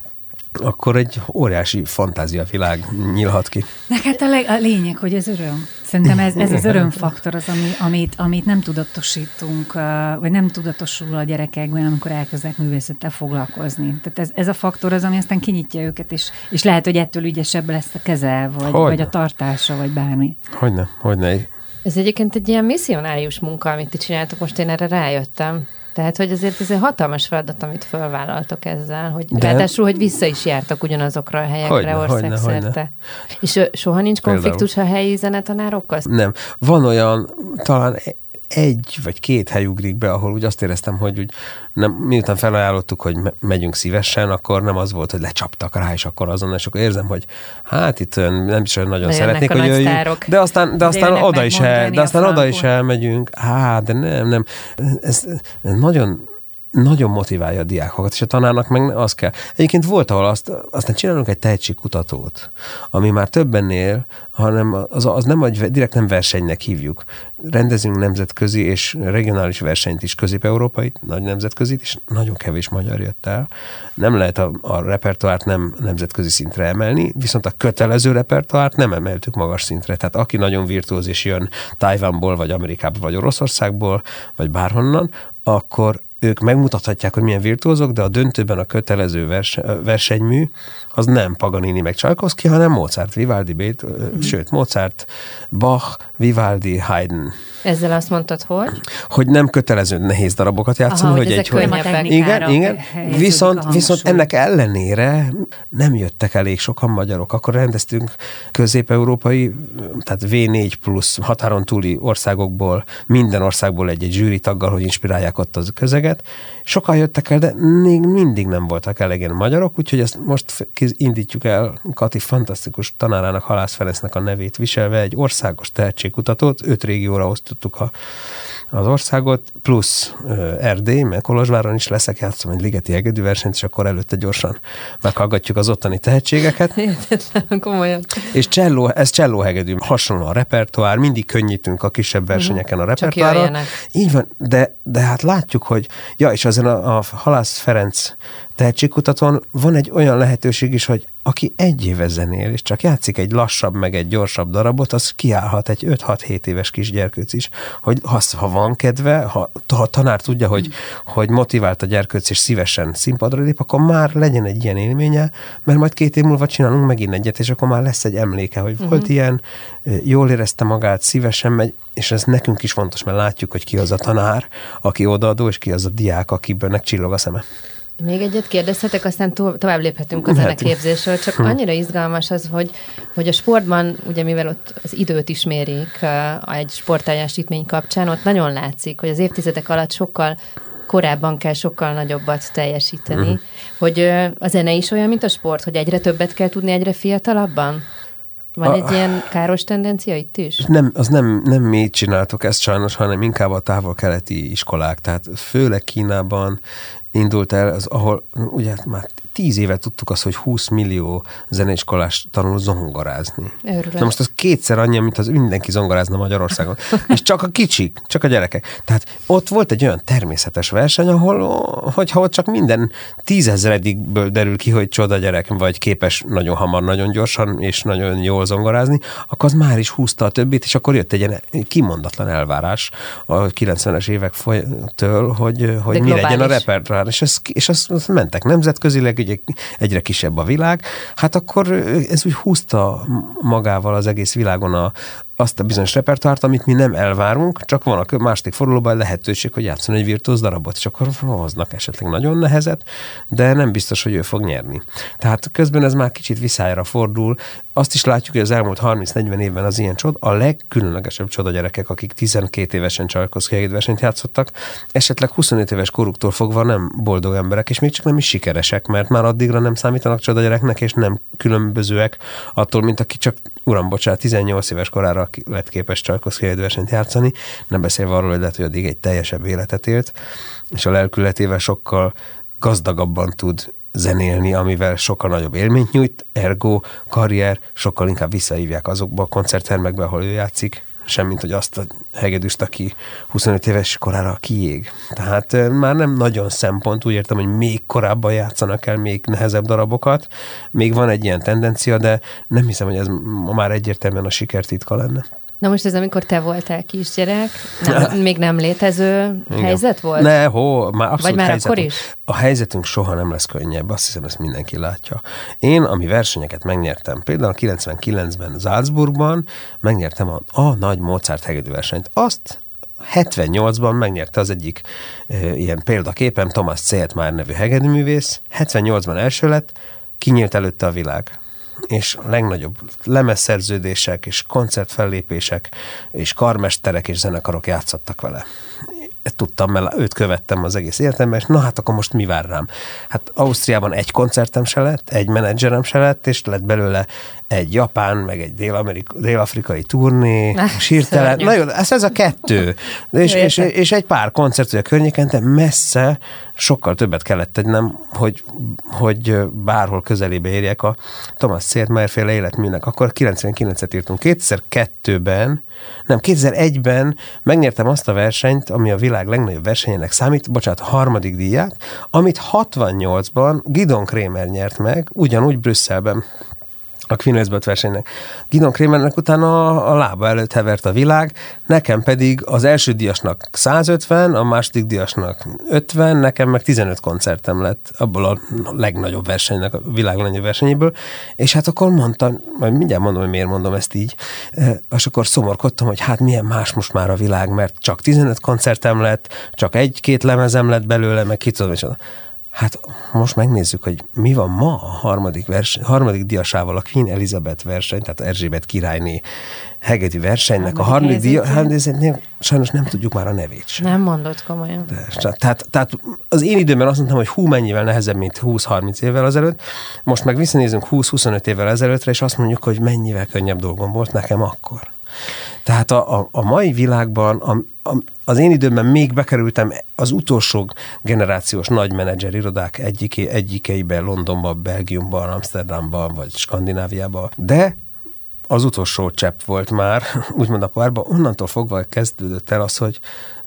akkor egy óriási fantáziavilág nyílhat ki. De hát a, leg, a lényeg, hogy ez öröm. Szerintem ez, ez az örömfaktor az, ami, amit, amit nem tudatosítunk, vagy nem tudatosul a gyerekekben, amikor elkezdenek művészettel foglalkozni. Tehát ez, ez a faktor az, ami aztán kinyitja őket, és, és lehet, hogy ettől ügyesebb lesz a keze, vagy, vagy a tartása, vagy bármi. Hogyne, hogyne. Ez egyébként egy ilyen misszionárius munka, amit ti csináltok, most én erre rájöttem. Tehát, hogy azért ez egy hatalmas feladat, amit fölvállaltok ezzel, hogy de... ráadásul, hogy vissza is jártak ugyanazokra a helyekre országszerte. És soha nincs konfliktus Például. a helyi zenetanárokkal? Nem. Van olyan, talán egy vagy két hely ugrik be, ahol úgy azt éreztem, hogy úgy nem, miután felajánlottuk, hogy me- megyünk szívesen, akkor nem az volt, hogy lecsaptak rá, és akkor azon, és akkor érzem, hogy hát itt nem is olyan nagyon de szeretnék, hogy jöjjünk. De aztán, de aztán de oda is el, de aztán oda is elmegyünk. Á, de nem, nem. Ez, ez nagyon nagyon motiválja a diákokat, és a tanárnak meg az kell. Egyébként volt, ahol azt, aztán csinálunk egy tehetségkutatót, ami már többen él, hanem az, az nem, hogy direkt nem versenynek hívjuk. Rendezünk nemzetközi és regionális versenyt is, közép-európai, nagy nemzetközit, és nagyon kevés magyar jött el. Nem lehet a, a repertoárt nem nemzetközi szintre emelni, viszont a kötelező repertoárt nem emeltük magas szintre. Tehát aki nagyon virtuóz és jön Tajvanból, vagy Amerikából, vagy Oroszországból, vagy bárhonnan, akkor ők megmutathatják, hogy milyen virtuózok, de a döntőben a kötelező verse, versenymű az nem Paganini meg Csajkovszky, hanem Mozart, Vivaldi, Bét, mm. sőt, Mozart, Bach, Vivaldi, Haydn. Ezzel azt mondtad, hogy? Hogy nem kötelező nehéz darabokat játszani, Aha, hogy, hogy egy... Hogy, igen, igen, viszont, viszont ennek ellenére nem jöttek elég sokan magyarok. Akkor rendeztünk közép-európai, tehát vé négy plusz határon túli országokból, minden országból egy-egy zsűritaggal, hogy inspirálják ott az közeget. Sokan jöttek el, de még mindig nem voltak elegen magyarok, úgyhogy ezt most indítjuk el Kati fantasztikus tanárának, Halász Ferencnek a nevét viselve egy országos tehetségkutatót, öt régióra osztottuk a, az országot, plusz uh, Erdély, meg Kolozsváron is leszek, játszom egy ligeti hegedű versenyt, és akkor előtte gyorsan meghallgatjuk az ottani tehetségeket. Értetlen, komolyan. És cselló, ez csellóhegedű, hasonló a repertoár, mindig könnyítünk a kisebb versenyeken a repertoárral. Így van, de, de hát látjuk, hogy Ja, és ezen a, a Halász Ferenc tehetségkutatón van egy olyan lehetőség is, hogy aki egy éve zenél, és csak játszik egy lassabb, meg egy gyorsabb darabot, az kiállhat egy öt-hat-hét éves kisgyerkőc is, hogy ha, ha van kedve, ha, ha a tanár tudja, hogy, hogy motivált a gyerkőc, és szívesen színpadra lép, akkor már legyen egy ilyen élménye, mert majd két év múlva csinálunk megint egyet, és akkor már lesz egy emléke, hogy uh-huh. volt ilyen, jól érezte magát, szívesen megy, és ez nekünk is fontos, mert látjuk, hogy ki az a tanár, aki odaadó, és ki az a diák, akiből csillog a szeme. Még egyet kérdezhetek, aztán to- tovább léphetünk a zeneképzésről, csak annyira izgalmas az, hogy, hogy a sportban, ugye mivel ott az időt is mérik uh, egy sportteljesítmény kapcsán, ott nagyon látszik, hogy az évtizedek alatt sokkal korábban kell sokkal nagyobbat teljesíteni, uh-huh. hogy uh, a zene is olyan, mint a sport, hogy egyre többet kell tudni egyre fiatalabban? Van a, egy ilyen káros tendencia itt is? Nem, az nem, nem mi csináltuk ezt sajnos, hanem inkább a távol-keleti iskolák, tehát főleg Kínában indult el, az, ahol ugye már tíz éve tudtuk azt, hogy húsz millió zeneiskolás tanul zongorázni. Örülök. Na most az kétszer annyi, mint az mindenki zongorázna Magyarországon. És csak a kicsik, csak a gyerekek. Tehát ott volt egy olyan természetes verseny, ahol, hogyha ott csak minden tízezredikből derül ki, hogy csoda gyerek, vagy képes nagyon hamar, nagyon gyorsan, és nagyon jól zongorázni, akkor az már is húzta a többit, és akkor jött egy ilyen kimondatlan elvárás a kilencvenes évektől, hogy, hogy mi legyen a repertoár. És, ez, és azt, azt mentek nemzetközileg, ugye egyre kisebb a világ, hát akkor ez úgy húzta magával az egész világon a, azt a bizonyos repertoárt, amit mi nem elvárunk, csak van a második fordulóban lehetőség, hogy játszon egy virtuóz darabot, és akkor hoznak esetleg nagyon nehezet, de nem biztos, hogy ő fog nyerni. Tehát közben ez már kicsit viszályra fordul. Azt is látjuk, hogy az elmúlt harminc-negyven évben az ilyen csod, a legkülönlegesebb csoda gyerekek, akik tizenkét évesen Csajkovszky versenyt játszottak, esetleg huszonöt éves koruktól fogva nem boldog emberek, és még csak nem is sikeresek, mert már addigra nem számítanak csoda gyereknek, és nem különbözőek attól, mint aki csak, uram, bocsánat, tizennyolc éves korára lett képes Csajkovszky versenyt játszani, nem beszélve arról, hogy lehet, hogy addig egy teljesebb életet élt, és a lelkületével sokkal gazdagabban tud zenélni, amivel sokkal nagyobb élményt nyújt, ergo karrier, sokkal inkább visszahívják azokba a koncerttermekbe, ahol ő játszik, semmint, hogy azt a hegedűst, aki huszonöt éves korára kiég. Tehát már nem nagyon szempont, úgy értem, hogy még korábban játszanak el még nehezebb darabokat. Még van egy ilyen tendencia, de nem hiszem, hogy ez már egyértelműen a sikertitka lenne. Na most ez, amikor te voltál kisgyerek, nem, még nem létező Igen. helyzet volt? Ne, hó, már abszolút Vagy már helyzet. akkor is? A helyzetünk soha nem lesz könnyebb, azt hiszem, ezt mindenki látja. Én, ami versenyeket megnyertem, például kilencvenkilencben Salzburgban megnyertem a, a nagy Mozart hegedűversenyt. Azt hetvennyolcban megnyerte az egyik e, ilyen példaképem, Thomas Zehetmeier nevű hegedűművész, hetvennyolcban első lett, kinyílt előtte a világ. És a legnagyobb lemezszerződések, és koncertfellépések, és karmesterek és zenekarok játszottak vele. Ezt tudtam, mert őt követtem az egész életemben, és na hát akkor most mi vár rám? Hát Ausztriában egy koncertem se lett, egy menedzserem se lett, és lett belőle egy japán, meg egy dél-amerikai, dél-afrikai turné, sírtelen. Na jó, ez, ez a kettő. És, és, és egy pár koncert a környéken, de messze sokkal többet kellett tennem, hogy, hogy bárhol közelébe érjek a Thomas Zehetmeier féle életműnek. Akkor kilencvenkilencet írtunk. kétezer-kettőben, nem, kétezer-egyben megnyertem azt a versenyt, ami a világ legnagyobb versenyének számít, bocsánat, harmadik díját, amit hatvannyolcban Gidon Kremer nyert meg, ugyanúgy Brüsszelben. A Queen Elizabeth versenynek. Gidon Kremernek utána a, a lába előtt hevert a világ, nekem pedig az első díjasnak százötven, a második díjasnak ötven, nekem meg tizenöt koncertem lett abból a legnagyobb versenynek, a világ legnagyobb versenyéből, és hát akkor mondtam, majd mindjárt mondom, hogy miért mondom ezt így, és akkor szomorkodtam, hogy hát milyen más most már a világ, mert csak tizenöt koncertem lett, csak egy-két lemezem lett belőle, meg ki tudom, és hát most megnézzük, hogy mi van ma a harmadik, verseny, harmadik diasával, a Queen Elizabeth verseny, tehát Erzsébet királyné hegedű versenynek. A harmadik díjasával, sajnos nem tudjuk már a nevét sem. Nem mondod komolyan. De, tehát, tehát az én időmben azt mondtam, hogy hú, mennyivel nehezebb, mint húsz-harminc évvel azelőtt. Most meg visszanézünk húsz-huszonöt évvel ezelőttre, és azt mondjuk, hogy mennyivel könnyebb dolgom volt nekem akkor. Tehát a, a, a mai világban, a, a, az én időmben még bekerültem az utolsó generációs nagy menedzser irodák egyiké, egyikeibe, Londonban, Belgiumban, Amsterdamban, vagy Skandináviában, de az utolsó csepp volt már, úgymond a párban, onnantól fogva kezdődött el az, hogy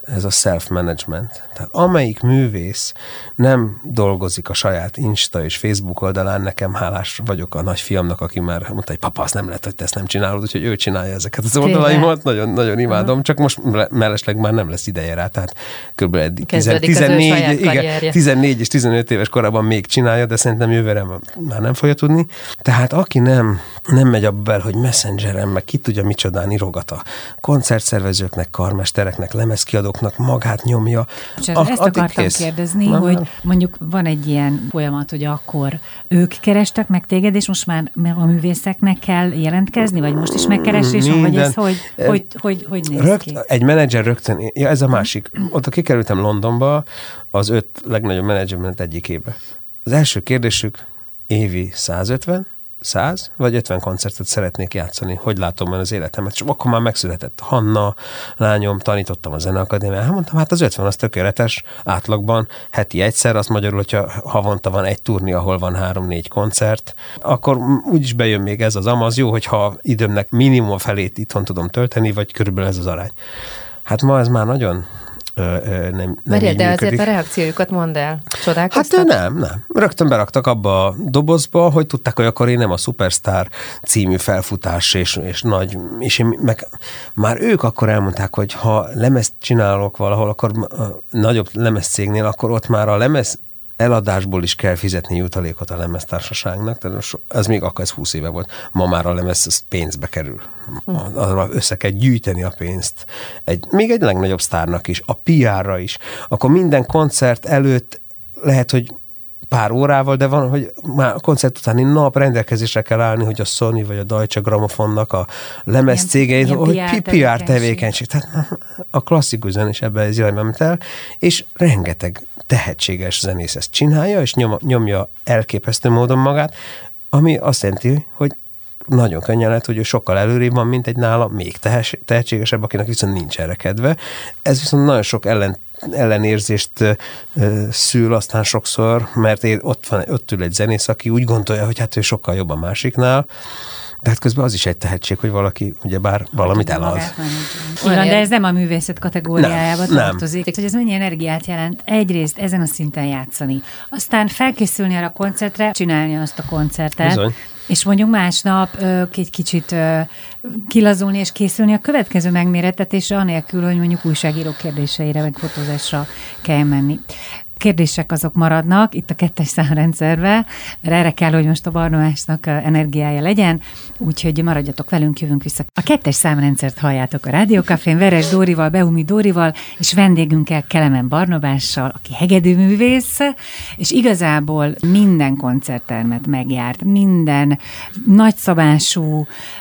ez a self-management. Tehát amelyik művész nem dolgozik a saját Insta és Facebook oldalán, nekem hálás vagyok a nagyfiamnak, aki már mondta, hogy papa, azt nem lehet, hogy te ezt nem csinálod, úgyhogy ő csinálja ezeket az oldalaimat, nagyon, nagyon imádom, uh-huh. csak most mellesleg már nem lesz ideje rá, tehát kb. tizennégy, igen, tizennégy és tizenöt éves korában még csinálja, de szerintem jövőre már nem fogja tudni. Tehát aki nem, nem megy abba el, hogy Messengeren, meg ki tudja micsodán írogat a koncertszervezőknek, karmestereknek, lemezkiadóknak, magát nyomja. És a, ezt akartam kész. kérdezni, Na, hogy mondjuk van egy ilyen folyamat, hogy akkor ők kerestek meg téged, és most már a művészeknek kell jelentkezni, vagy most is megkeresés van, vagy ez hogy, hogy, hogy, hogy néz rögt, ki? Egy menedzser rögtön, ja, ez a másik. Ott kikerültem Londonba, az öt legnagyobb menedzsment egyikébe. Az első kérdésük évi százötven, száz vagy ötven koncertet szeretnék játszani, hogy látom már az életemet. És akkor már megszületett Hanna, lányom, tanítottam a Zeneakadémián. Hát mondtam, hát az ötven az tökéletes, átlagban heti egyszer, az magyarul, hogyha havonta van egy turné, ahol van három-négy koncert, akkor úgyis bejön még ez az amaz. Jó, hogyha időmnek minimum a felét itthon tudom tölteni, vagy körülbelül ez az arány. Hát ma ez már nagyon Ö, ö, nem, nem de működik. Azért a reakciójukat mondd el. Csodálkoztak? Hát nem, nem. Rögtön beraktak abba a dobozba, hogy tudták, hogy akkor én nem a Superstar című felfutás és, és nagy, és én meg már ők akkor elmondták, hogy ha lemezt csinálok valahol, akkor nagyobb lemezcégnél, akkor ott már a lemez eladásból is kell fizetni jutalékot a lemeztársaságnak, tehát ez még akkor ez húsz éve volt. Ma már a lemez az pénzbe kerül. Arra össze kell gyűjteni a pénzt. Egy, még egy legnagyobb sztárnak is, a pé er-ra is. Akkor minden koncert előtt lehet, hogy pár órával, de van, hogy már a koncert utáni nap rendelkezésre kell állni, hogy a Sony vagy a Deutsche Grammophonnak a lemez cégeit, hogy pé er tevékenység. Tehát a klasszikus zenés ebben az irányban ment el, és rengeteg tehetséges zenész ezt csinálja, és nyom, nyomja elképesztő módon magát, ami azt jelenti, hogy nagyon könnyen lehet, hogy ő sokkal előrébb van, mint egy nála még tehetségesebb, akinek viszont nincs erre kedve. Ez viszont nagyon sok ellen, ellenérzést uh, szül aztán sokszor, mert ott, van, ott ül egy zenész, aki úgy gondolja, hogy hát ő sokkal jobb a másiknál, de hát közben az is egy tehetség, hogy valaki ugyebár valamit elad. Igen, de ez nem a művészet kategóriájába nem, tartozik. Nem. Hogy ez mennyi energiát jelent egyrészt ezen a szinten játszani. Aztán felkészülni arra a koncertre, csinálni azt a koncertet. Bizony. És mondjuk másnap ö, egy kicsit ö, kilazulni és készülni a következő megmérettetésre, anélkül, hogy mondjuk újságírók kérdéseire, meg fotózásra kell menni. Kérdések azok maradnak itt a kettes számrendszerben, mert erre kell, hogy most a Barnabásnak energiája legyen, úgyhogy maradjatok velünk, jövünk vissza. A kettes számrendszert halljátok a Rádió Cafén, Veres Dórival, Behumi Dórival, és vendégünkkel, Kelemen Barnabással, aki hegedűművész, és igazából minden koncerttermet megjárt, minden nagyszabású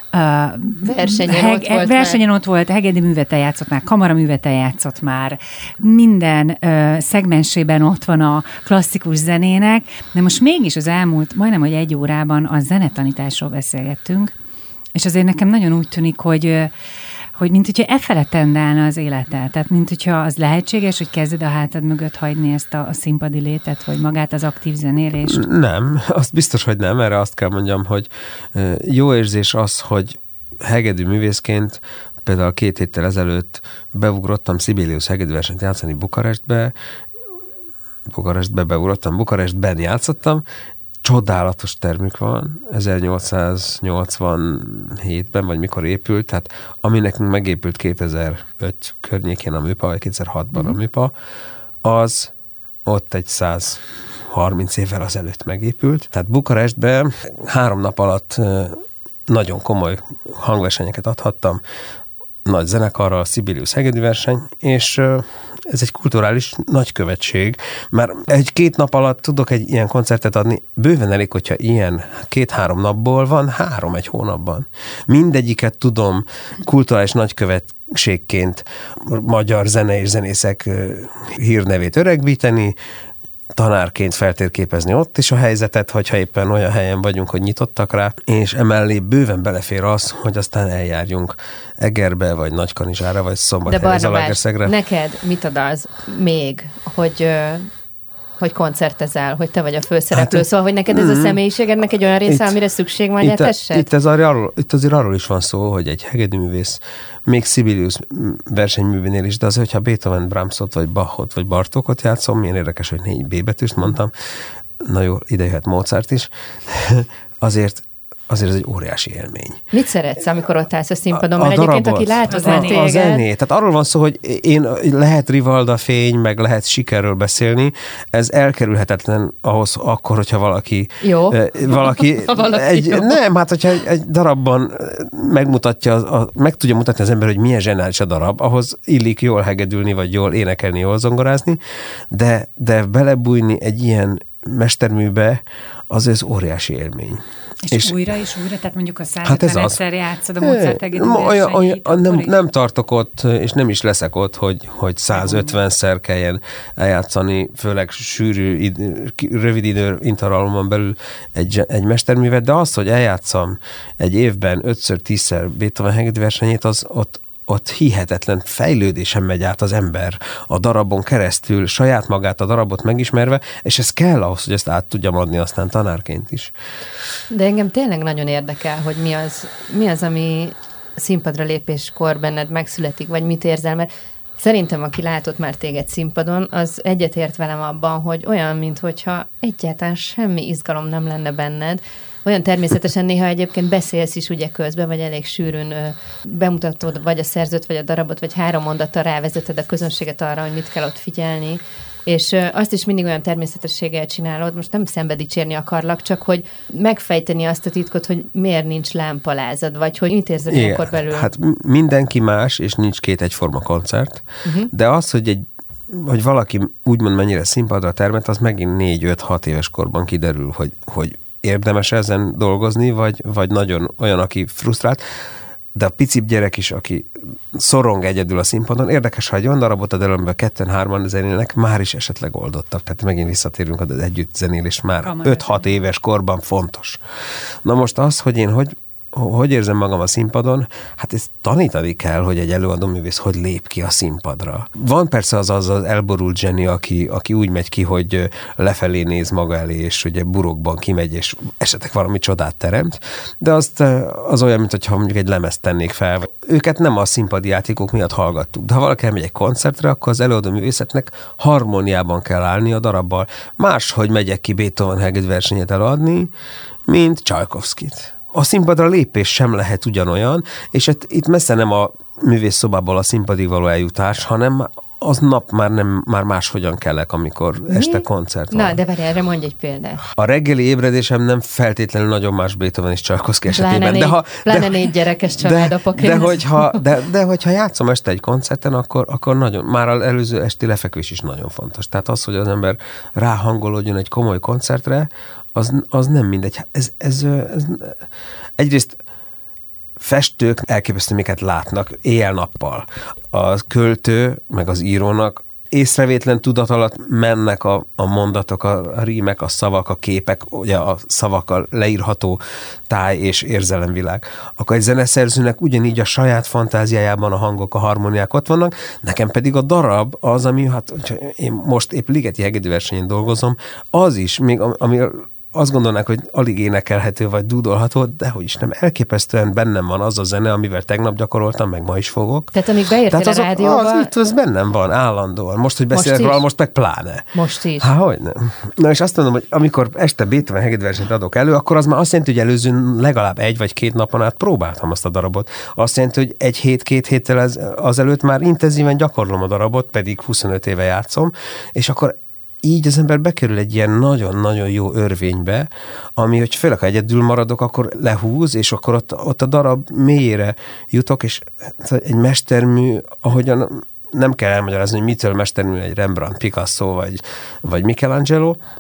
Uh, versenyen, heg, ott volt versenyen ott volt, hegedűműveten játszott már, kamaraműveten játszott már, minden uh, szegmensében ott van a klasszikus zenének, de most mégis az elmúlt, majdnem, hogy egy órában a zenetanításról beszélgettünk, és azért nekem nagyon úgy tűnik, hogy hogy mint hogyha e fele tendálna az életet, tehát mint hogyha az lehetséges, hogy kezded a hátad mögött hagyni ezt a, a színpadi létet, vagy magát az aktív zenélést? Nem, azt biztos, hogy nem, erre azt kell mondjam, hogy jó érzés az, hogy hegedű művészként például két héttel ezelőtt beugrottam Sibelius hegedűversenyt játszani Bukarestbe, Bukarestbe beugrottam, Bukarestben játszottam, csodálatos termük van, ezernyolcszáznyolcvanhétben, vagy mikor épült, tehát ami nekünk megépült kétezer-öt környékén a műpa, vagy kétezer-hatban mm. a műpa, az ott egy száz harminc évvel azelőtt megépült. Tehát Bukarestben három nap alatt nagyon komoly hangversenyeket adhattam, nagy zenekarral, Sibelius hegedűverseny, és ez egy kulturális nagykövetség, mert egy-két nap alatt tudok egy ilyen koncertet adni, bőven elég, hogyha ilyen két-három napból van, három egy hónapban. Mindegyiket tudom kulturális nagykövetségként magyar zene és zenészek hírnevét öregbíteni, tanárként feltérképezni ott is a helyzetet, hogyha éppen olyan helyen vagyunk, hogy nyitottak rá, és emellé bőven belefér az, hogy aztán eljárjunk Egerbe, vagy Nagykanizsára, vagy Szombathelyre, Zalaegerszegre. Neked mit ad az még, hogy hogy koncertezel, hogy te vagy a főszereplő, hát, szóval, hogy neked ez mm, a személyiségednek egy olyan része, itt, amire szükség van, hogy eltessed? Itt, ez arról, itt azért arról is van szó, hogy egy hegedűművész, még Sibelius versenyművénél is, de az, hogyha Beethoven, Brahmsot, vagy Bachot, vagy Bartókot játszom, milyen érdekes, hogy négy B betűst mondtam, na jó, ide jöhet Mozart is, azért azért ez egy óriási élmény. Mit szeretsz, amikor ott állsz a színpadon? A, a Mert egyébként, darabot, aki lát a, téged... A zenét. Tehát arról van szó, hogy én lehet Rivalda fény, meg lehet sikerről beszélni, ez elkerülhetetlen ahhoz akkor, hogyha valaki... Jó. Valaki, valaki egy, jó. Nem, hát hogyha egy, egy darabban megmutatja, a, meg tudja mutatni az ember, hogy milyen zsenális a darab, ahhoz illik jól hegedülni, vagy jól énekelni, jól zongorázni, de, de belebújni egy ilyen mesterműbe, az ez óriási élmény. És, és újra és újra, tehát mondjuk a százötvenedszer hát játszod a Mozart hegedű versenyét. Nem, nem tartok ott, és nem is leszek ott, hogy, hogy százötvenszer kelljen eljátszani, főleg sűrű, id, rövid idő intervallumon belül egy, egy mesterművet, de az, hogy eljátszam egy évben ötször, tízszer Beethoven hegedű versenyét, az ott ott hihetetlen fejlődésen megy át az ember a darabon keresztül, saját magát, a darabot megismerve, és ez kell ahhoz, hogy ezt át tudjam adni aztán tanárként is. De engem tényleg nagyon érdekel, hogy mi az, mi az, ami színpadra lépéskor benned megszületik, vagy mit érzel, mert szerintem, aki látott már téged színpadon, az egyetért velem abban, hogy olyan, minthogyha egyáltalán semmi izgalom nem lenne benned, olyan természetesen néha egyébként beszélsz is ugye közben, vagy elég sűrűn ö, bemutatod vagy a szerzőt, vagy a darabot, vagy három mondattal rávezeted a közönséget arra, hogy mit kell ott figyelni, és ö, azt is mindig olyan természetességgel csinálod, most nem szembe dicsérni akarlak, csak hogy megfejteni azt a titkot, hogy miért nincs lámpalázad, vagy hogy mit érzed ilyenkor belül. Hát mindenki más, és nincs két egyforma koncert, uh-huh. de az, hogy egy hogy valaki úgymond mennyire színpadra termet, az megint négy, öt, hat éves korban kiderül, hogy, hogy érdemes ezen dolgozni, vagy, vagy nagyon olyan, aki frusztrált, de a picibb gyerek is, aki szorong egyedül a színpadon, érdekes, ha egy olyan darabot ad előbb, ketten-hárman zenélnek, már is esetleg oldottak. Tehát megint visszatérünk az együtt zenélés már öt-hat éves korban fontos. Na most az, hogy én hogy hogy érzem magam a színpadon? Hát ezt tanítani kell, hogy egy előadó művész hogy lép ki a színpadra. Van persze az az, az elborult zseni, aki, aki úgy megy ki, hogy lefelé néz maga elé, és ugye burokban kimegy, és esetleg valami csodát teremt, de azt, az olyan, mintha mondjuk egy lemezt tennék fel. Őket nem a színpadi játékok miatt hallgattuk, de ha valaki elmegy egy koncertre, akkor az előadó művészetnek harmóniában kell állni a darabbal. Máshogy megyek ki Beethoven hegedű versenyét előadni, mint Csajkovszkit. A színpadra lépés sem lehet ugyanolyan, és itt messze nem a művészszobából a színpadig való eljutás, hanem az nap már nem már máshogyan kellek, amikor Mi? este koncert van. Na, de várj, erre mondj egy példát. A reggeli ébredésem nem feltétlenül nagyon más Beethoven és Csajkovszky esetében. Pláne, de négy, ha, pláne de, négy gyerekes családapaként. De, de, hogyha, de, de hogyha játszom este egy koncerten, akkor, akkor nagyon, már az előző esti lefekvés is nagyon fontos. Tehát az, hogy az ember ráhangolódjon egy komoly koncertre, az, az nem mindegy. Ez, ez, ez, egyrészt festők elképesztő miket látnak éjjel-nappal. A költő, meg az írónak észrevétlen tudat alatt mennek a, a mondatok, a rímek, a szavak, a képek, ugye a szavakkal leírható táj és érzelemvilág. Akkor egy zeneszerzőnek ugyanígy a saját fantáziájában a hangok, a harmóniák ott vannak, nekem pedig a darab az, ami, hát én most épp Ligeti hegedű versenyen dolgozom, az is, még ami azt gondolnák, hogy alig énekelhető vagy dúdolható, de hogy is nem, elképesztően bennem van az a zene, amivel tegnap gyakoroltam, meg ma is fogok. Tehát amíg beértél a rádióba... Az, itt az bennem van állandóan. Most, hogy beszélek róla, most meg pláne. Most is. Há, hogy nem. Na és azt mondom, hogy amikor este Beethoven hegedű versenyt adok elő, akkor az már azt jelenti, hogy előző legalább egy vagy két napon át próbáltam azt a darabot. Azt jelenti, hogy egy hét, két héttel az, azelőtt már intenzíven gyakorlom a darabot, pedig huszonöt éve játszom, és akkor így az ember bekerül egy ilyen nagyon-nagyon jó örvénybe, ami, hogy főleg, ha egyedül maradok, akkor lehúz, és akkor ott, ott a darab mélyére jutok, és egy mestermű, ahogyan nem kell elmagyarázni, hogy mitől mestermű egy Rembrandt, Picasso, vagy, vagy Michelangelo,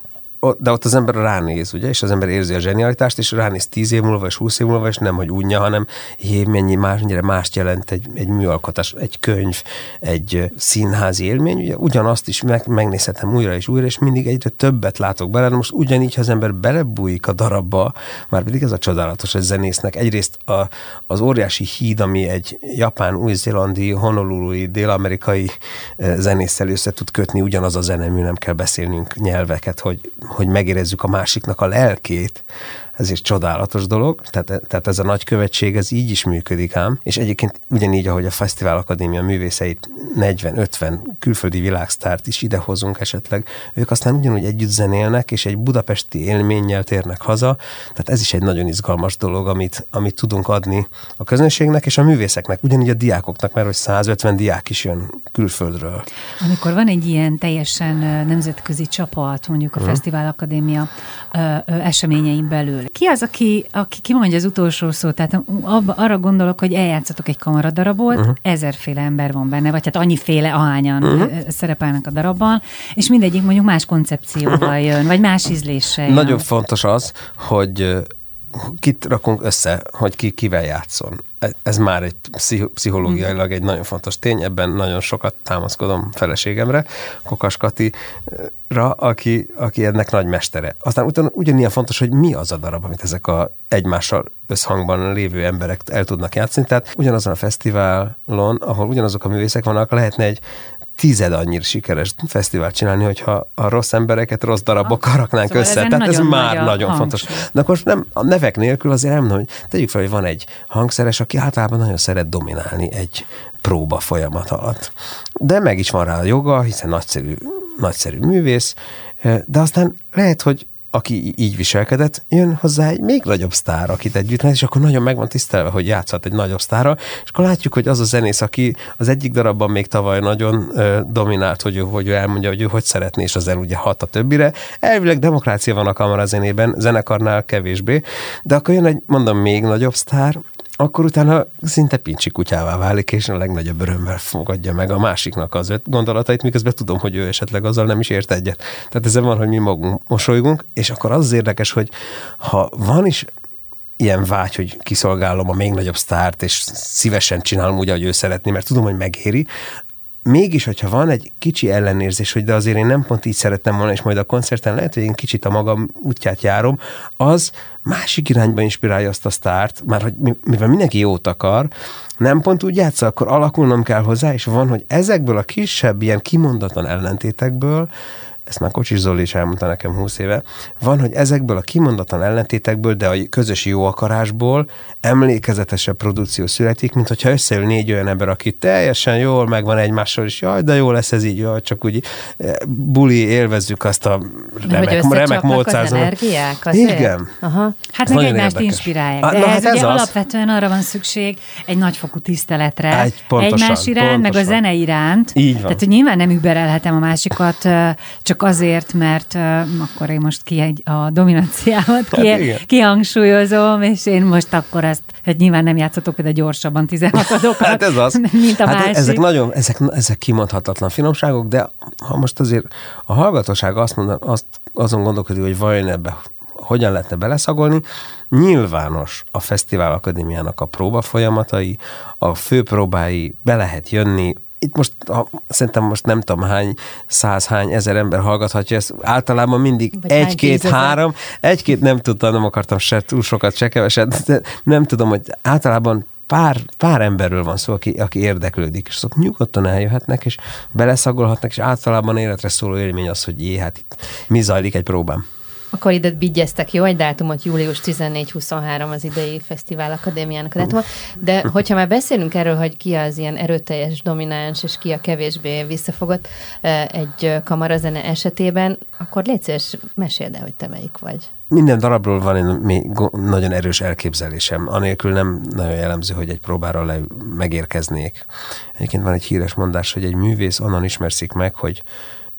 de ott az ember ránéz, ugye, és az ember érzi a zsenialitást, és ránéz tíz év múlva, és húsz év múlva, és nem, hogy unja, hanem jé, mennyi más, mennyire mást jelent egy, egy műalkotás, egy könyv, egy színházi élmény, ugye ugyanazt is meg, megnézhetem újra és újra, és mindig egyre többet látok bele, de most ugyanígy, ha az ember belebújik a darabba, már pedig ez a csodálatos, hogy zenésznek. Egyrészt a, az óriási híd, ami egy japán, új-zélandi, honolului, dél-amerikai zenésszel össze tud kötni, ugyanaz a zenemű, nem kell beszélnünk nyelveket, hogy, hogy megérezzük a másiknak a lelkét. Ez is csodálatos dolog, tehát, tehát ez a nagykövetség, ez így is működik ám, és egyébként ugyanígy, ahogy a Fesztivál Akadémia művészeit negyven-ötven külföldi világsztárt is idehozunk esetleg, ők aztán ugyanúgy együtt zenélnek, és egy budapesti élménnyel térnek haza, tehát ez is egy nagyon izgalmas dolog, amit, amit tudunk adni a közönségnek és a művészeknek, ugyanígy a diákoknak, mert hogy százötven diák is jön külföldről. Amikor van egy ilyen teljesen nemzetközi csapat, mondjuk a hmm. Fesztivál Akadémia ö, ö, eseményein belül, ki az, aki, aki kimondja az utolsó szót? Tehát abba, arra gondolok, hogy eljátszatok egy kamaradarabot, uh-huh. ezerféle ember van benne, vagy hát annyiféle, ahányan uh-huh. szerepelnek a darabban, és mindegyik mondjuk más koncepcióval jön, vagy más ízléssel jön. Nagyon fontos az, hogy kit rakunk össze, hogy ki kivel játszon. Ez már egy pszichológiailag egy nagyon fontos tény, ebben nagyon sokat támaszkodom feleségemre, Kokas Katira, aki, aki ennek nagy mestere. Aztán utána ugyanilyen fontos, hogy mi az a darab, amit ezek a egymással összhangban lévő emberek el tudnak játszani. Tehát ugyanazon a fesztiválon, ahol ugyanazok a művészek vannak, lehetne egy tízed annyira sikeres fesztivált csinálni, hogyha a rossz embereket rossz darabokkal raknánk szóval össze. Tehát ez már nagyon fontos. De akkor nem, a nevek nélkül azért elmondom, hogy tegyük fel, hogy van egy hangszeres, aki általában nagyon szeret dominálni egy próba folyamat alatt. De meg is van rá a joga, hiszen nagyszerű, nagyszerű művész, de aztán lehet, hogy aki így viselkedett, jön hozzá egy még nagyobb sztár, akit együtt lehet, és akkor nagyon meg van tisztelve, hogy játszhat egy nagyobb sztárral, és akkor látjuk, hogy az a zenész, aki az egyik darabban még tavaly nagyon ö, dominált, hogy ő, hogy ő elmondja, hogy ő hogy szeretné, és az el ugye hat a többire. Elvileg demokrácia van a kamarazenében, zenekarnál kevésbé, de akkor jön egy, mondom, még nagyobb sztár, akkor utána szinte pincsi kutyává válik, és a legnagyobb örömmel fogadja meg a másiknak az öt gondolatait, miközben tudom, hogy ő esetleg azzal nem is ért egyet. Tehát ezen van, hogy mi magunk mosolygunk, és akkor az, az érdekes, hogy ha van is ilyen vágy, hogy kiszolgálom a még nagyobb sztárt, és szívesen csinálom úgy, ahogy ő szeretné, mert tudom, hogy megéri, mégis, hogyha van egy kicsi ellenérzés, hogy de azért én nem pont így szerettem volna, és majd a koncerten lehet, hogy én kicsit a magam útját járom, az másik irányba inspirálja azt a sztárt, már hogy mivel mindenki jót akar, nem pont úgy játsza, akkor alakulnom kell hozzá, és van, hogy ezekből a kisebb, ilyen kimondatlan ellentétekből, ezt már Kocsis Zoli is elmondta nekem húsz éve, van, hogy ezekből a kimondatlan ellentétekből, de a közös jó akarásból emlékezetesebb produkció születik, mint hogyha összeül négy olyan ember, aki teljesen jól megvan egymással, és jaj, de jó lesz ez így, jaj, csak úgy buli, élvezzük azt a remek, remek Mozart. Az energiák azért? Igen. Aha. Hát meg egymást inspirálják. De ah, ez hát ugye ez alapvetően arra van szükség egy nagyfokú tiszteletre, egy, pontosan, egymás iránt, pontosan. Meg a zene iránt. Így van. Tehát, hogy nyilván nem überelhetem a másikat, csak azért, mert uh, akkor én most ki egy, a dominanciámat ki, hát kihangsúlyozom, és én most akkor ezt, hát nyilván nem játszatok például gyorsabban tizenhatodokat, hát ez az. mint a hát másik. Ezek nagyon, ezek, ezek kimondhatatlan finomságok, de ha most azért a hallgatóság azt mondan, azt, azon gondolkodik, hogy vajon ebbe hogyan lehetne beleszagolni, nyilvános a Fesztivál Akadémiának a próba folyamatai, a főpróbái, be lehet jönni. Itt most, ha, szerintem most nem tudom hány, száz, hány ezer ember hallgathatja ezt. Általában mindig vagy egy-két, három, egy-két nem tudtam, nem akartam se túl sokat, se keveset, de nem tudom, hogy általában pár, pár emberről van szó, aki, aki érdeklődik, és szóval nyugodtan eljöhetnek, és beleszagolhatnak, és általában életre szóló élmény az, hogy jé, hát itt mi zajlik egy próbán. Akkor ide vigyeztek, jó, egy dátumot, július tizennégy-huszonhárom az idei Fesztivál Akadémiának a dátuma, de hogyha már beszélünk erről, hogy ki az ilyen erőteljes, domináns, és ki a kevésbé visszafogott egy kamarazene esetében, akkor légy szíves, meséld el, hogy te melyik vagy. Minden darabról van egy még nagyon erős elképzelésem, anélkül nem nagyon jellemző, hogy egy próbára le megérkeznék. Egyébként van egy híres mondás, hogy egy művész onnan ismerszik meg, hogy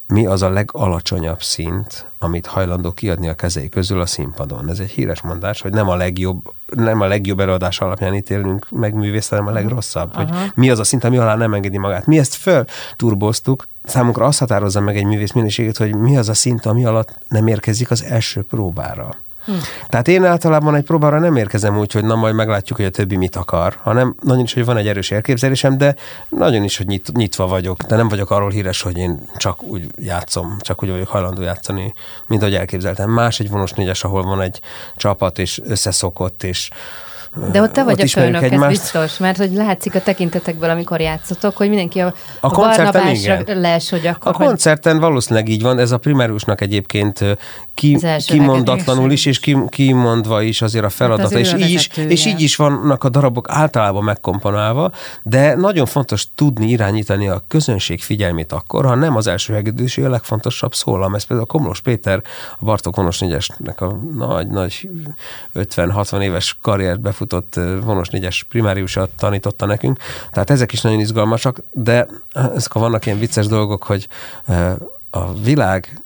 mi az a legalacsonyabb szint, amit hajlandó kiadni a kezei közül a színpadon. Ez egy híres mondás, hogy nem a legjobb, nem a legjobb előadás alapján ítélünk meg művészt, hanem a legrosszabb. Hogy mi az a szint, ami alá nem engedi magát. Mi ezt fölturboztuk. Számunkra azt határozza meg egy művész minőségét, hogy mi az a szint, ami alatt nem érkezik az első próbára. Hm. Tehát én általában egy próbára nem érkezem úgy, hogy na majd meglátjuk, hogy a többi mit akar, hanem nagyon is, hogy van egy erős elképzelésem, de nagyon is, hogy nyit, nyitva vagyok. De nem vagyok arról híres, hogy én csak úgy játszom, csak úgy vagyok hajlandó játszani, mint ahogy elképzeltem. Más egy vonos négyes, ahol van egy csapat, és összeszokott, és de ott te vagy a főnök, ez biztos, mert hogy látszik a tekintetekből, amikor játszotok, hogy mindenki a, a, a Barnabásra les, hogy akkor... A koncerten hogy... valószínűleg így van, ez a primáriusnak egyébként ki, kimondatlanul is, és ki, kimondva is azért a feladata, hát és, így is, és így is vannak a darabok általában megkomponálva, de nagyon fontos tudni irányítani a közönség figyelmét akkor, ha nem az első hegedűs, a legfontosabb szólam. Ez például a Komlós Péter, a Bartók vonos négyesnek a nagy-nagy ötven-hatvan éves karriert befutott vonos négyes primáriusat tanította nekünk. Tehát ezek is nagyon izgalmasak, de ezek vannak ilyen vicces dolgok, hogy a világ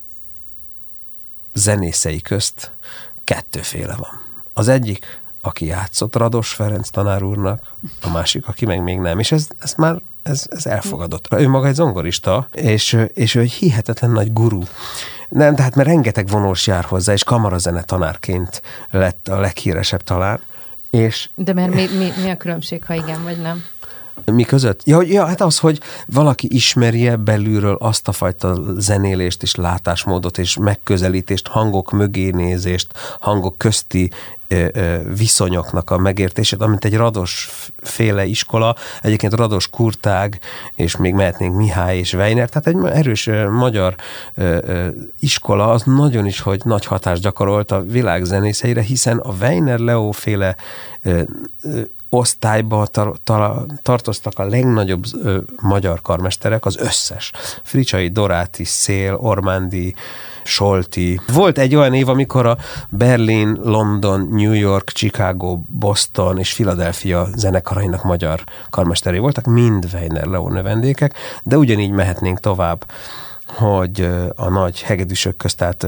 zenészei közt kettőféle van. Az egyik, aki játszott Rados Ferenc tanár úrnak, a másik, aki meg még nem. És ez, ez már ez, ez elfogadott. Ő maga egy zongorista, és, és ő egy hihetetlen nagy guru. Nem, tehát mert rengeteg vonós jár hozzá, és kamarazene tanárként lett a leghíresebb talán. És de mert mi, mi, mi a különbség, ha igen vagy nem? Mi között? Ja, ja, hát az, hogy valaki ismerje belülről azt a fajta zenélést és látásmódot és megközelítést, hangok mögé nézést, hangok közti ö, ö, viszonyoknak a megértését, amint egy Rados féle iskola, egyébként Rados Kurtág, és még mehetnénk Mihály és Weiner, tehát egy erős ö, magyar ö, ö, iskola, az nagyon is, hogy nagy hatást gyakorolt a világ zenészeire, hiszen a Weiner Leo féle ö, ö, osztályba tar- tar- tartoztak a legnagyobb ö, magyar karmesterek, az összes. Fricsai, Doráti, Szél, Ormándi, Solti. Volt egy olyan év, amikor a Berlin, London, New York, Chicago, Boston és Philadelphia zenekarainak magyar karmesterei voltak, mind Weiner Leo növendékek, de ugyanígy mehetnénk tovább, hogy a nagy hegedűsök közt, tehát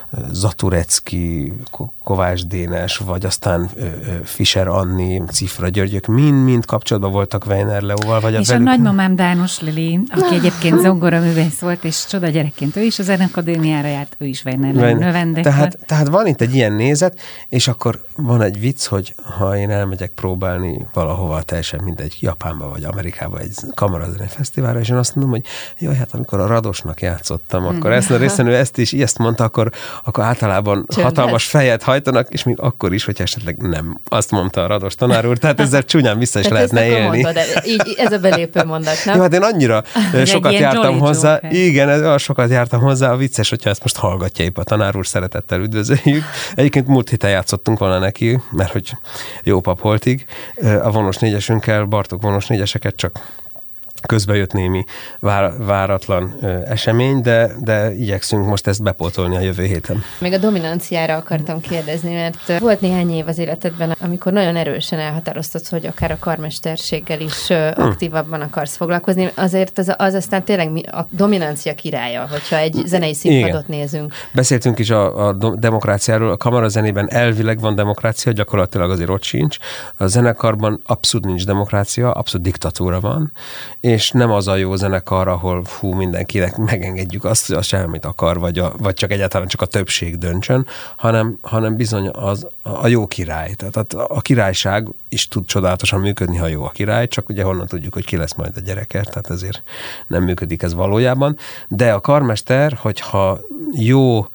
Zaturecki, Kovács Dénes, vagy aztán Fischer Anni, Cifra Györgyök mind-mind kapcsolatban voltak Weiner Leóval. Vagy és a, a nagymamám Dános Lili, aki egyébként zongoraművész volt, és csoda gyerekként ő is a Zenekadémiára járt, ő is Weiner Leó növendék. Tehát, tehát van itt egy ilyen nézet, és akkor van egy vicc, hogy ha én elmegyek próbálni valahova, teljesen mindegy, Japánba vagy Amerikába egy kamarazene fesztiválra, és én azt mondom, hogy jaj, hát amikor a Radosnak játszottam, akkor ezt a részen ő ezt is ezt mondta, akkor, akkor általában Csöndes. hatalmas fejet hajtanak, és még akkor is, hogyha esetleg nem azt mondta a Rados tanár úr, tehát ezzel csúnyán vissza is tehát lehetne élni. Mondod, így, ez a belépő mondat, nem? Jó, hát én annyira sokat jártam hozzá, joke. igen, ez, sokat jártam hozzá, a vicces, hogyha ezt most hallgatja épp a tanár úr, szeretettel üdvözöljük. Egyébként múlt héten játszottunk volna neki, mert hogy jó pap holtig, a vonos négyesünkkel, Bartók vonos négyeseket, csak közben jött némi vár, váratlan ö, esemény, de, de igyekszünk most ezt bepótolni a jövő héten. Még a dominanciára akartam kérdezni, mert volt néhány év az életedben, amikor nagyon erősen elhatároztad, hogy akár a karmesterséggel is ö, aktívabban akarsz foglalkozni. Azért az, az aztán tényleg a dominancia királya, hogyha egy zenei színpadot Igen. nézünk. Beszéltünk is a, a demokráciáról, a kamarazenében elvileg van demokrácia, gyakorlatilag azért ott sincs. A zenekarban abszolút nincs demokrácia, abszolút diktatúra van, és nem az a jó zenekar, ahol hú, mindenkinek megengedjük azt, hogy az semmit akar, vagy, a, vagy csak egyáltalán csak a többség döntsön, hanem, hanem bizony az a jó király. Tehát a, a királyság is tud csodálatosan működni, ha jó a király, csak ugye honnan tudjuk, hogy ki lesz majd a gyereke, tehát ezért nem működik ez valójában. De a karmester, hogyha jó,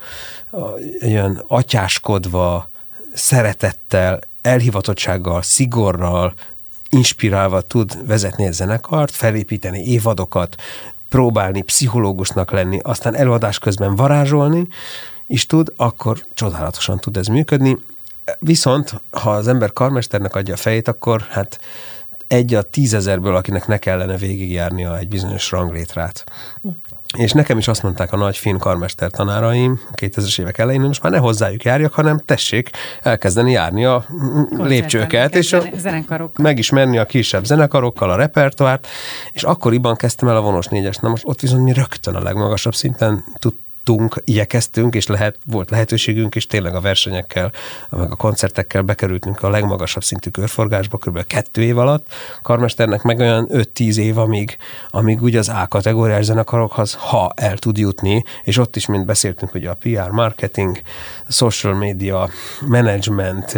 olyan atyáskodva, szeretettel, elhivatottsággal, szigorral, inspirálva tud vezetni egy zenekart, felépíteni évadokat, próbálni pszichológusnak lenni, aztán előadás közben varázsolni is tud, akkor csodálatosan tud ez működni. Viszont, ha az ember karmesternek adja a fejét, akkor hát egy a tízezerből, akinek ne kellene végigjárnia egy bizonyos ranglétrát. És nekem is azt mondták a nagy finn karmester tanáraim a kétezres évek elején, hogy most már ne hozzájuk járjak, hanem tessék elkezdeni járni a lépcsőket, és a, megismerni a kisebb zenekarokkal a repertoárt, és akkoriban kezdtem el a vonós négyes. Na most ott viszont mi rögtön a legmagasabb szinten tudtunk, igyekeztünk, és lehet, volt lehetőségünk, és tényleg a versenyekkel, meg a koncertekkel bekerültünk a legmagasabb szintű körforgásba, kb. kettő év alatt. Karmesternek meg olyan öt-tíz év, amíg, amíg ugye az A kategóriás zenekarokhoz, ha el tud jutni, és ott is, mint beszéltünk, hogy a pé er, marketing, social media, management,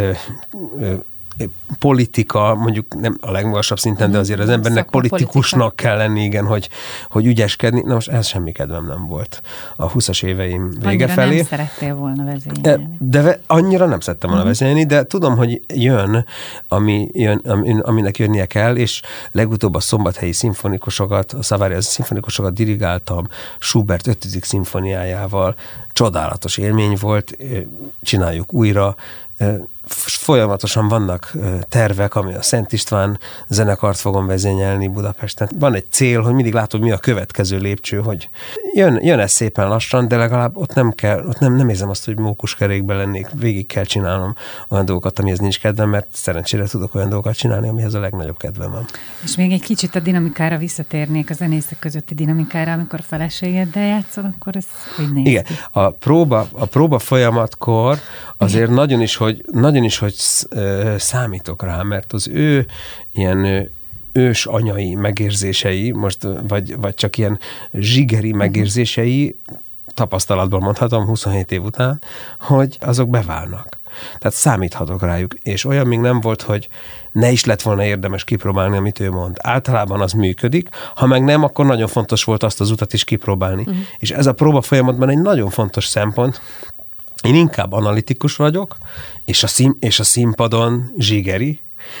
politika, mondjuk nem a legmagasabb szinten, de azért az embernek politikusnak kell lenni, igen, hogy, hogy ügyeskedni. Na most ez semmi kedvem nem volt a húszas éveim vége annyira felé. Annyira nem szerettél volna vezényelni. De, de annyira nem szerettem volna uh-huh. vezényelni, de tudom, hogy jön, ami, jön, aminek jönnie kell, és legutóbb a szombathelyi szimfonikusokat, a Savaria szimfonikusokat dirigáltam Schubert ötödik szimfoniájával. Csodálatos élmény volt, csináljuk újra. Folyamatosan vannak tervek, ami a Szent István zenekart fogom vezényelni Budapesten. Van egy cél, hogy mindig látom, mi a következő lépcső, hogy jön, jön ez szépen lassan, de legalább ott nem kell, ott nem, nem érzem azt, hogy mókuskerékben lennék, végig kell csinálnom olyan dolgokat, amihez nincs kedvem, mert szerencsére tudok olyan dolgokat csinálni, amihez a legnagyobb kedvem van. És még egy kicsit a dinamikára visszatérnék, a zenészek közötti dinamikára, amikor a feleségeddel játszol, akkor ez hogy néz Igen, ki? a próba, a próba folyamatkor azért nagyon is, hogy nagyon is, hogy számítok rá, mert az ő ilyen ős anyai megérzései, most, vagy, vagy csak ilyen zsigeri megérzései, tapasztalatban mondhatom huszonhét év után, hogy azok beválnak. Tehát számíthatok rájuk, és olyan még nem volt, hogy ne is lett volna érdemes kipróbálni, amit ő mond. Általában az működik, ha meg nem, akkor nagyon fontos volt azt az utat is kipróbálni. Uh-huh. És ez a próba folyamatban egy nagyon fontos szempont. Én inkább analitikus vagyok, és a, szín, és a színpadon zsigeri.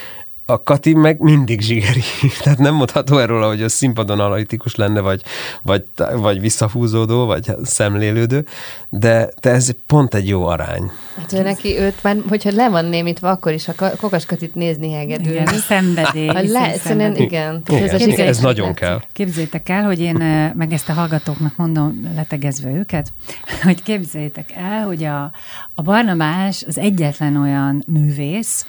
A Kati meg mindig zsigeri. Tehát nem mondható erről, hogy a színpadon analitikus lenne, vagy, vagy, vagy visszahúzódó, vagy szemlélődő, de, de ez pont egy jó arány. Hát ő neki őt már, hogyha le van némítva, akkor is a Kokas Katit nézni hegedülni. Igen, szenvedély. A le, szenvedély. Igen. igen. Ez, igen. ez nagyon kell. Képzeljétek el, hogy én meg ezt a hallgatóknak mondom, letegezve őket, hogy képzeljétek el, hogy a, a Barnabás az egyetlen olyan művész,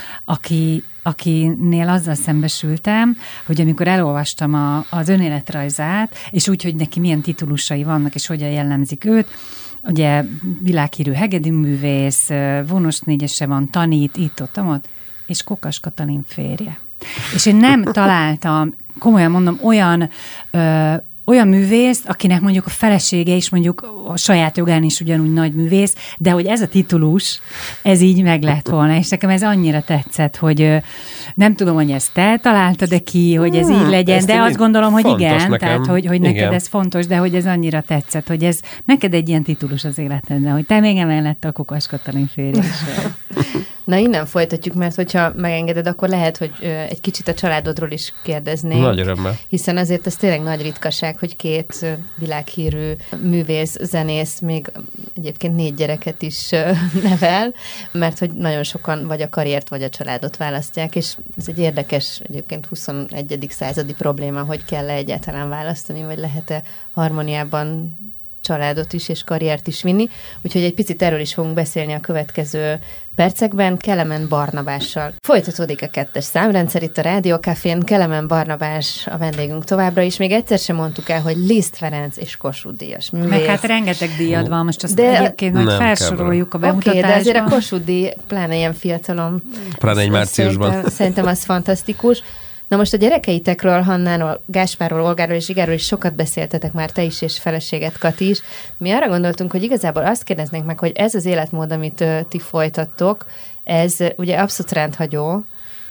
aki, akinél azzal szembesültem, hogy amikor elolvastam a, az önéletrajzát, és úgy, hogy neki milyen titulusai vannak, és hogyan jellemzik őt, ugye világhírű hegedűművész, vonós négyese van, tanít, itt-ott, ott, és Kokas Katalin férje. És én nem találtam, komolyan mondom, olyan ö, olyan művészt, akinek mondjuk a felesége is mondjuk a saját jogán is ugyanúgy nagy művész, de hogy ez a titulus, ez így meg lett volna, és nekem ez annyira tetszett, hogy nem tudom, hogy ezt te találtad-e ki, hogy ez így legyen, de azt gondolom, hogy igen, nekem. Tehát hogy, hogy neked igen. Ez fontos, de hogy ez annyira tetszett, hogy ez neked egy ilyen titulus az életedben, hogy te még emellett a Kokas Katalin férje is. Na, innen folytatjuk, mert hogyha megengeded, akkor lehet, hogy egy kicsit a családodról is kérdeznék. Nagy örömmel. Hiszen azért ez tényleg nagy ritkaság, hogy két világhírű művész, zenész, még egyébként négy gyereket is nevel, mert hogy nagyon sokan vagy a karriert, vagy a családot választják, és ez egy érdekes, egyébként huszonegyedik századi probléma, hogy kell-e egyáltalán választani, vagy lehet-e harmóniában családot is és karriert is vinni. Úgyhogy egy picit erről is fogunk beszélni a következő percekben Kelemen Barnabással. Folytatódik a kettes számrendszer itt a Rádió Cafén. Kelemen Barnabás a vendégünk továbbra is. Még egyszer sem mondtuk el, hogy Liszt Ferenc és Kossuth díjas művész. Meg hát rengeteg díjad van, most azt de egyébként majd felsoroljuk a bemutatásban. Oké, okay, de azért a Kossuth díj, pláne ilyen fiatalon. Pláne egy márciusban. Szerintem, szerintem az fantasztikus. Na most a gyerekeitekről, Hannáról, Gáspárról, Olgáról és Zsigáról is sokat beszéltetek már te is, és feleséget Kati is. Mi arra gondoltunk, hogy igazából azt kérdeznénk meg, hogy ez az életmód, amit uh, ti folytattok, ez uh, ugye abszolút rendhagyó,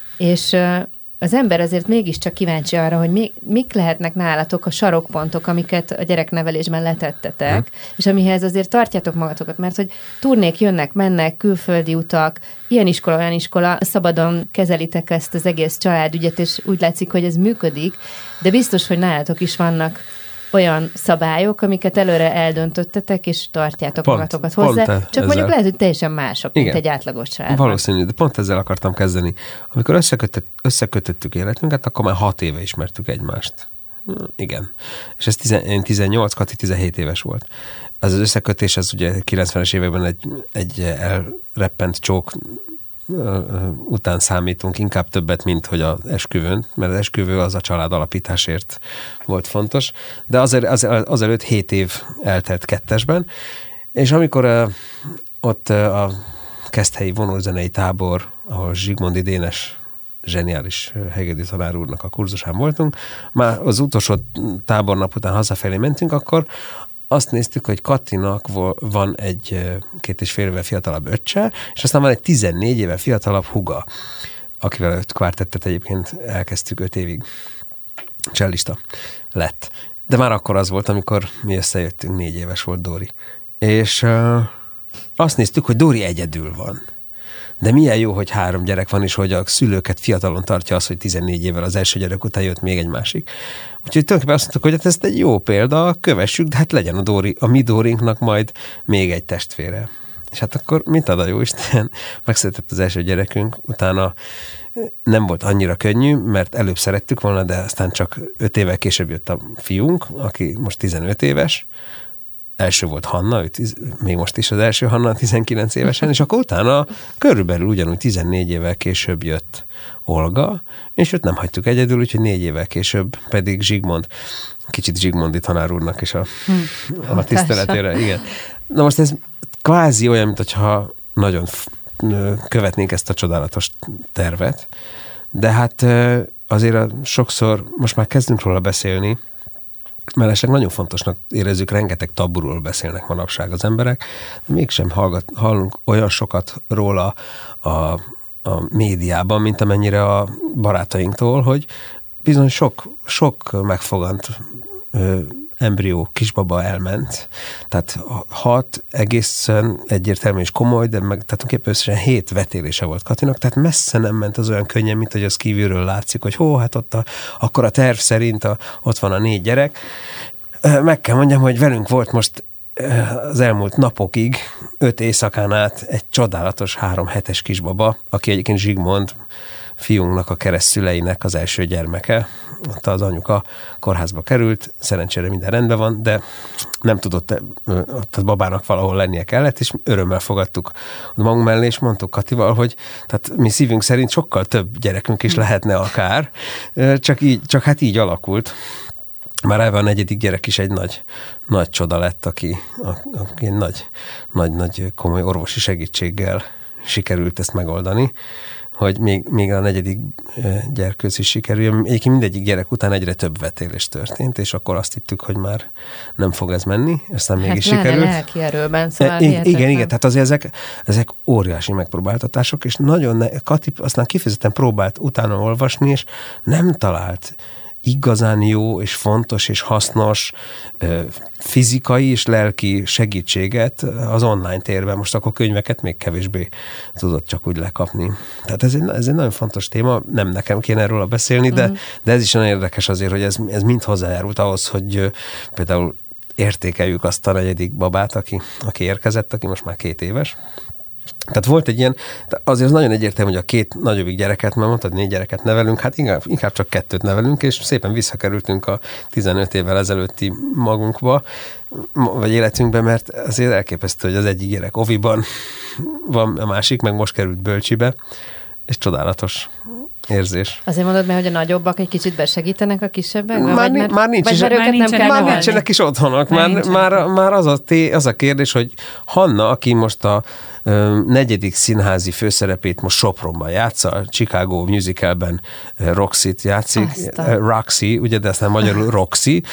és uh, az ember azért mégiscsak kíváncsi arra, hogy mi, mik lehetnek nálatok a sarokpontok, amiket a gyereknevelésben letettetek, hmm. és amihez azért tartjátok magatokat, mert hogy turnék jönnek, mennek, külföldi utak, ilyen iskola, olyan iskola, szabadon kezelitek ezt az egész családügyet, és úgy látszik, hogy ez működik, de biztos, hogy nálatok is vannak olyan szabályok, amiket előre eldöntöttetek, és tartjátok pont, magatokat hozzá. Csak ezzel. Mondjuk lehet, hogy teljesen mások, igen, mint egy átlagos család. Valószínű, de pont ezzel akartam kezdeni. Amikor összekötött, összekötöttük életünket, akkor már hat éve ismertük egymást. Igen. És ez tizennyolc, Kati tizenhét éves volt. Az az összekötés, az ugye kilencvenes években egy, egy elreppent csók után számítunk inkább többet, mint hogy az esküvőn, mert az esküvő az a család alapításért volt fontos, de azért, az, azelőtt hét év eltelt kettesben, és amikor uh, ott uh, a Keszthelyi vonózenei tábor, ahol Zsigmondy Dénes zseniális hegedű tanár úrnak a kurzusán voltunk, már az utolsó tábornap után hazafelé mentünk, akkor azt néztük, hogy Katinak van egy két és fél éve fiatalabb öccse, és aztán van egy tizennégy éve fiatalabb húga, akivel öt kvártettet egyébként elkezdtük öt évig. Csellista lett. De már akkor az volt, amikor mi összejöttünk, négy éves volt Dóri. És uh, azt néztük, hogy Dóri egyedül van. De milyen jó, hogy három gyerek van, és hogy a szülőket fiatalon tartja az, hogy tizennégy évvel az első gyerek után jött még egy másik. Úgyhogy tulajdonképpen azt mondtuk, hogy hát ez egy jó példa, kövessük, de hát legyen a, Dóri, a mi Dórinknak majd még egy testvére. És hát akkor mit ad a jóisten? Megszületett az első gyerekünk, utána nem volt annyira könnyű, mert előbb szerettük volna, de aztán csak öt évvel később jött a fiunk, aki most tizenöt éves, első volt Hanna, ő tiz, még most is az első Hanna, tizenkilenc évesen, és akkor utána körülbelül ugyanúgy tizennégy évvel később jött Olga, és őt nem hagytuk egyedül, úgyhogy négy évvel később pedig Zsigmond, kicsit Zsigmondy tanár úrnak is a, hmm. a tiszteletére. Igen. Na most ez kvázi olyan, mintha nagyon követnénk ezt a csodálatos tervet, de hát azért sokszor most már kezdünk róla beszélni, mellesleg nagyon fontosnak érezzük, rengeteg taburól beszélnek manapság az emberek, de mégsem hallgat, hallunk olyan sokat róla a, a médiában, mint amennyire a barátainktól, hogy bizony sok, sok megfogant ö, embrió, kisbaba elment. Tehát hat egészen egyértelmű és komoly, de meg, tehát tulajdonképpen összesen hét vetélése volt Katinak, tehát messze nem ment az olyan könnyen, mint hogy az kívülről látszik, hogy hó, hát ott a, akkor a terv szerint a, ott van a négy gyerek. Meg kell mondjam, hogy velünk volt most az elmúlt napokig öt éjszakán át egy csodálatos három hetes kisbaba, aki egyébként Zsigmond fiunknak, a keresztszüleinek az első gyermeke. Ott az anyuka kórházba került, szerencsére minden rendben van, de nem tudott, ott a babának valahol lennie kellett, és örömmel fogadtuk magunk mellé, és mondtuk Katival, hogy tehát mi szívünk szerint sokkal több gyerekünk is lehetne akár, csak, így, csak hát így alakult. Már elve a negyedik gyerek is egy nagy, nagy csoda lett, aki, aki nagy, nagy, nagy komoly orvosi segítséggel sikerült ezt megoldani, hogy még, még a negyedik gyerkőc is sikerül. Egyébként mindegyik gyerek után egyre több vetélés történt, és akkor azt hittük, hogy már nem fog ez menni, aztán hát mégis sikerült. Hát lelki erőben, szóval e, igen, igen, igen, tehát azért ezek, ezek óriási megpróbáltatások, és nagyon, ne, Kati aztán kifejezetten próbált utána olvasni, és nem talált igazán jó és fontos és hasznos fizikai és lelki segítséget az online térben. Most akkor könyveket még kevésbé tudott csak úgy lekapni. Tehát ez egy, ez egy nagyon fontos téma, nem nekem kéne erről beszélni, de, uh-huh. de ez is nagyon érdekes azért, hogy ez, ez mind hozzájárult ahhoz, hogy például értékeljük azt a negyedik babát, aki, aki érkezett, aki most már két éves. Tehát volt egy ilyen, azért az nagyon egyértelmű, hogy a két nagyobbik gyereket, mert mondtad, négy gyereket nevelünk, hát inkább, inkább csak kettőt nevelünk, és szépen visszakerültünk a tizenöt évvel ezelőtti magunkba, vagy életünkbe, mert azért elképesztő, hogy az egyik gyerek oviban van, a másik meg most került bölcsibe, és csodálatos érzés. Azért mondod meg, hogy a nagyobbak egy kicsit besegítenek a kisebbek? Már, vagy már, már nincs vagy is. Már, már, nem kell már nincsenek is otthonok. Már, már, már, már az, a té, az a kérdés, hogy Hanna, aki most a ö, negyedik színházi főszerepét most Sopronban játsza, a Chicago musicalben Roxy-t játszik, Aztán. Roxy, ugye, de aztán magyarul Roxy,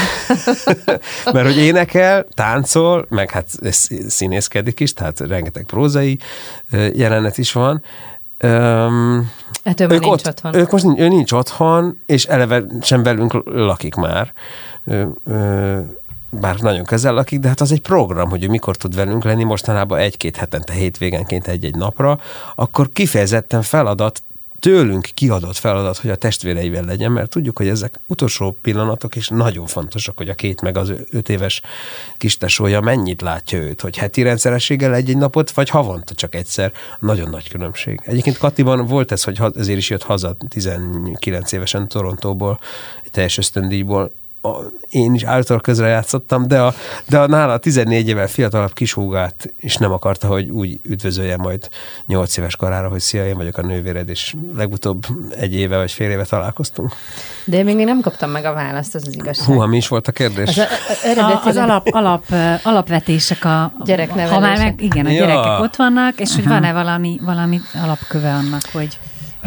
mert hogy énekel, táncol, meg hát színészkedik is, tehát rengeteg prózai jelenet is van. Um, hát ő ők, nincs ott, ők most ő nincs otthon, és eleve sem velünk lakik már. Ő, ő, bár nagyon közel lakik, de hát az egy program, hogy ő mikor tud velünk lenni, mostanában egy-két hetente, hétvégenként egy-egy napra, akkor kifejezetten feladat tőlünk kiadott feladat, hogy a testvéreivel legyen, mert tudjuk, hogy ezek utolsó pillanatok, és nagyon fontosak, hogy a két meg az öt éves kistesója mennyit látja őt, hogy heti rendszerességgel egy-egy napot, vagy havonta csak egyszer. Nagyon nagy különbség. Egyébként Katiban volt ez, hogy ezért is jött haza tizenkilenc évesen Torontóból, egy teljes ösztöndíjból. Én is által közre játszottam, de a, de a nála tizennégy évvel fiatalabb kishúgát is nem akarta, hogy úgy üdvözölje majd nyolc éves korára, hogy szia, én vagyok a nővéred, és legutóbb egy éve vagy fél éve találkoztunk. De én még nem kaptam meg a választ, az az igazság. Húha, mi is volt a kérdés? Az, a, a, az alap, alap, alapvetések a gyereknevelések. Ha már meg, igen, a ja. gyerekek ott vannak, és hogy uh-huh. van-e valami, valami alapköve annak, hogy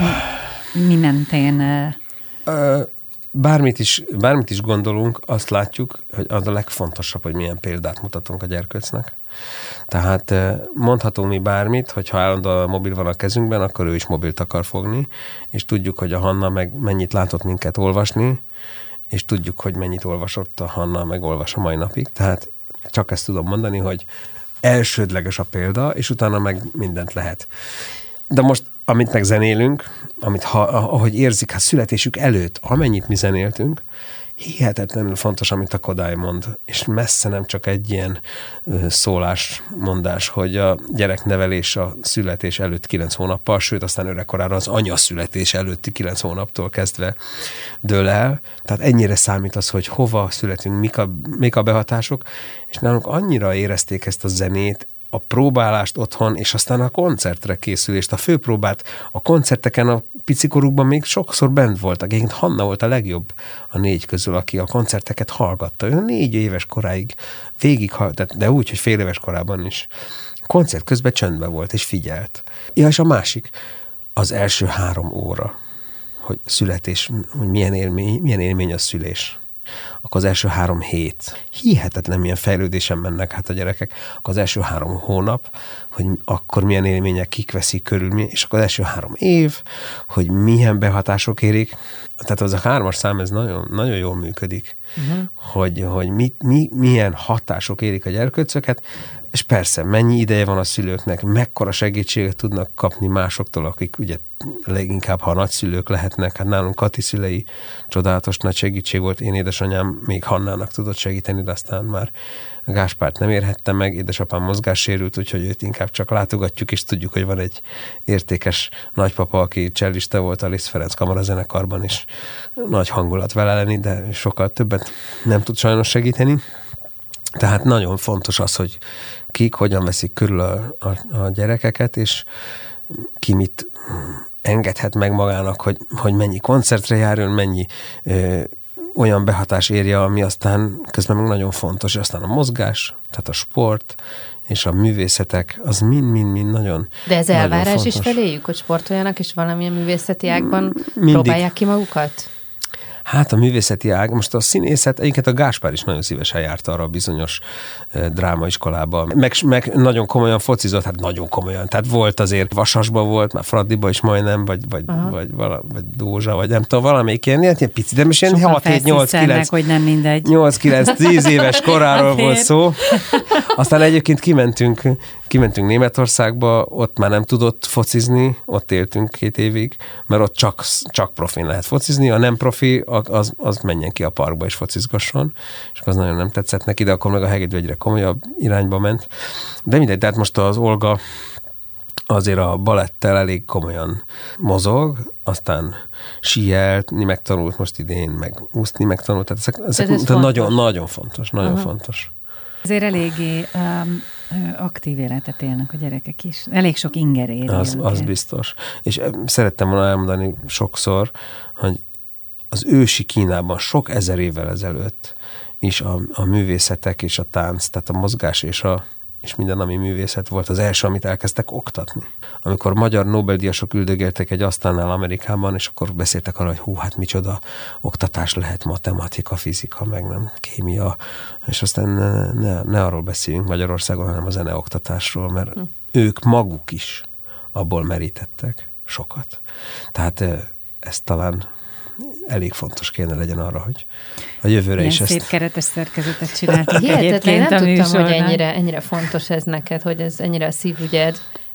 mi, mi mentén... Uh, Bármit is, bármit is gondolunk, azt látjuk, hogy az a legfontosabb, hogy milyen példát mutatunk a gyerkőcnek. Tehát mondhatunk mi bármit, hogyha állandóan a mobil van a kezünkben, akkor ő is mobilt akar fogni, és tudjuk, hogy a Hanna meg mennyit látott minket olvasni, és tudjuk, hogy mennyit olvasott a Hanna, meg olvas a mai napig. Tehát csak ezt tudom mondani, hogy elsődleges a példa, és utána meg mindent lehet. De most, amit meg zenélünk, amit ha, ahogy érzik, hát születésük előtt, amennyit mi zenéltünk, hihetetlenül fontos, amit a Kodály mond, és messze nem csak egy ilyen szólásmondás, hogy a gyereknevelés a születés előtt kilenc hónappal, sőt, aztán öregkorára az anya születés előtti kilenc hónaptól kezdve dől el. Tehát ennyire számít az, hogy hova születünk, mik a, mik a behatások, és nálunk annyira érezték ezt a zenét, a próbálást otthon, és aztán a koncertre készülést, a főpróbát, a koncerteken a picikorukban még sokszor bent voltak. Egyébként Hanna volt a legjobb a négy közül, aki a koncerteket hallgatta. Ő négy éves koráig végig, de úgy, hogy fél éves korában is. Koncert közben csöndben volt, és figyelt. Ja, és a másik, az első három óra, hogy születés, hogy milyen élmény, milyen élmény a szülés. Akkor az első három hét. Hihetetlen milyen fejlődésen mennek hát a gyerekek. Akkor az első három hónap, hogy akkor milyen élmények kik veszik körül, és akkor az első három év, hogy milyen behatások érik. Tehát az a hármas szám, ez nagyon, nagyon jól működik, uh-huh. hogy, hogy mi, mi, milyen hatások érik a gyerkőcöket, és persze, mennyi ideje van a szülőknek, mekkora segítséget tudnak kapni másoktól, akik ugye leginkább, ha nagyszülők lehetnek, hát nálunk Kati szülei csodálatos nagy segítség volt, én édesanyám még Hannának tudott segíteni, de aztán már Gáspárt nem érhette meg, édesapám mozgássérült, úgyhogy őt inkább csak látogatjuk, és tudjuk, hogy van egy értékes nagypapa, aki csellista volt a Liszt Ferenc kamarazenekarban, és nagy hangulat vele lenni, de sokkal többet nem tud sajnos segíteni. Tehát nagyon fontos az, hogy kik hogyan veszik körül a, a, a gyerekeket, és ki mit engedhet meg magának, hogy, hogy mennyi koncertre járjon, mennyi ö, olyan behatás érje, ami aztán közben meg nagyon fontos, és aztán a mozgás, tehát a sport és a művészetek, az mind-mind-mind nagyon De ez nagyon elvárás fontos. is feléjük, hogy sportoljanak, és valamilyen művészeti ágban Mindig. próbálják ki magukat? Hát a művészeti ág, most a színészet, egyébként a Gáspár is nagyon szívesen járt arra a bizonyos e, drámaiskolába, meg, meg nagyon komolyan focizott, hát nagyon komolyan, tehát volt azért Vasasba volt, már Fradiba is majdnem, vagy, vagy, vagy, vala, vagy Dózsa, vagy nem tudom, valamelyik ilyen, ilyen pici, de most ilyen hat hét nyolc kilenc hogy nem mindegy. nyolc kilenc tíz éves koráról volt szó. Aztán egyébként kimentünk, kimentünk Németországba, ott már nem tudott focizni, ott éltünk két évig, mert ott csak, csak profin lehet focizni, a nem profi, az, az menjen ki a parkba és focizgasson, és az nagyon nem tetszett neki, de akkor meg a Hegedű egyre komolyabb irányba ment. De mindegy, tehát most az Olga azért a balettel elég komolyan mozog, aztán síelni megtanult most idén, meg úszni megtanult, tehát ezek, ezek ez tehát nagyon, nagyon fontos, nagyon Aha. fontos. Azért eléggé um, aktív életet élnek a gyerekek is. Elég sok inger éri. Az, az biztos. És szerettem volna elmondani sokszor, hogy az ősi Kínában sok ezer évvel ezelőtt is a, a művészetek és a tánc, tehát a mozgás és, a, és minden, ami művészet volt, az első, amit elkezdtek oktatni. Amikor magyar Nobel-díjasok üldögéltek egy asztalnál Amerikában, és akkor beszéltek arra, hogy hú, hát micsoda oktatás lehet, matematika, fizika, meg nem kémia, és aztán ne, ne, ne arról beszéljünk Magyarországon, hanem a zeneoktatásról, mert hm. ők maguk is abból merítettek sokat. Tehát ez talán elég fontos kéne legyen arra, hogy a jövőre Ilyen is szép ezt... keretes szerkezetet csináltunk Hihetetlen, egyébként nem a tudtam, műsorban. hogy ennyire, ennyire fontos ez neked, hogy ez ennyire a szívügyed.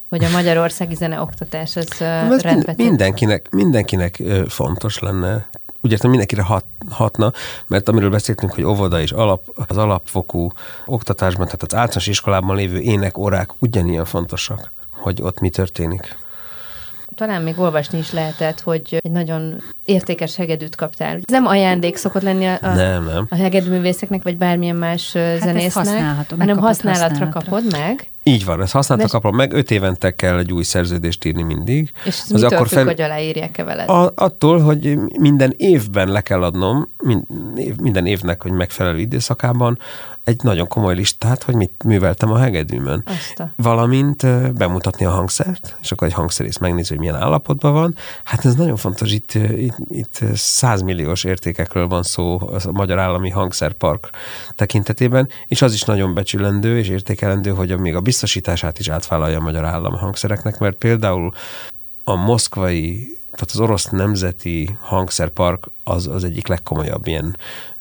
hogy a magyarországi zeneoktatás az Ez rendben. mindenkinek, mindenkinek fontos lenne. Úgy értem, mindenkire hat, hatna, mert amiről beszéltünk, hogy óvoda és alap, az alapfokú oktatásban, tehát az általános iskolában lévő énekórák ugyanilyen fontosak, hogy ott mi történik. Talán még olvasni is lehetett, hogy egy nagyon értékes hegedűt kaptál. Ez nem ajándék szokott lenni a, nem, nem. a hegedűművészeknek, vagy bármilyen más hát zenésznek, hanem használatra, használatra kapod meg. Így van, ezt használatra kapom meg, öt évente kell egy új szerződést írni mindig. És ez mitől függ, fel... hogy aláírják-e veled? A, attól, hogy minden évben le kell adnom, minden évnek, hogy megfelelő időszakában egy nagyon komoly listát, hogy mit műveltem a hegedűmön. Azta. Valamint bemutatni a hangszert, és akkor egy hangszerész megnézi, hogy milyen állapotban van. Hát ez nagyon fontos, itt, itt, itt százmilliós értékekről van szó a Magyar Állami Hangszerpark tekintetében, és az is nagyon becsülendő és értékelendő, hogy még a biztosítását is átvállalja a Magyar Állam hangszereknek, mert például a moszkvai, tehát az orosz nemzeti hangszerpark az, az egyik legkomolyabb ilyen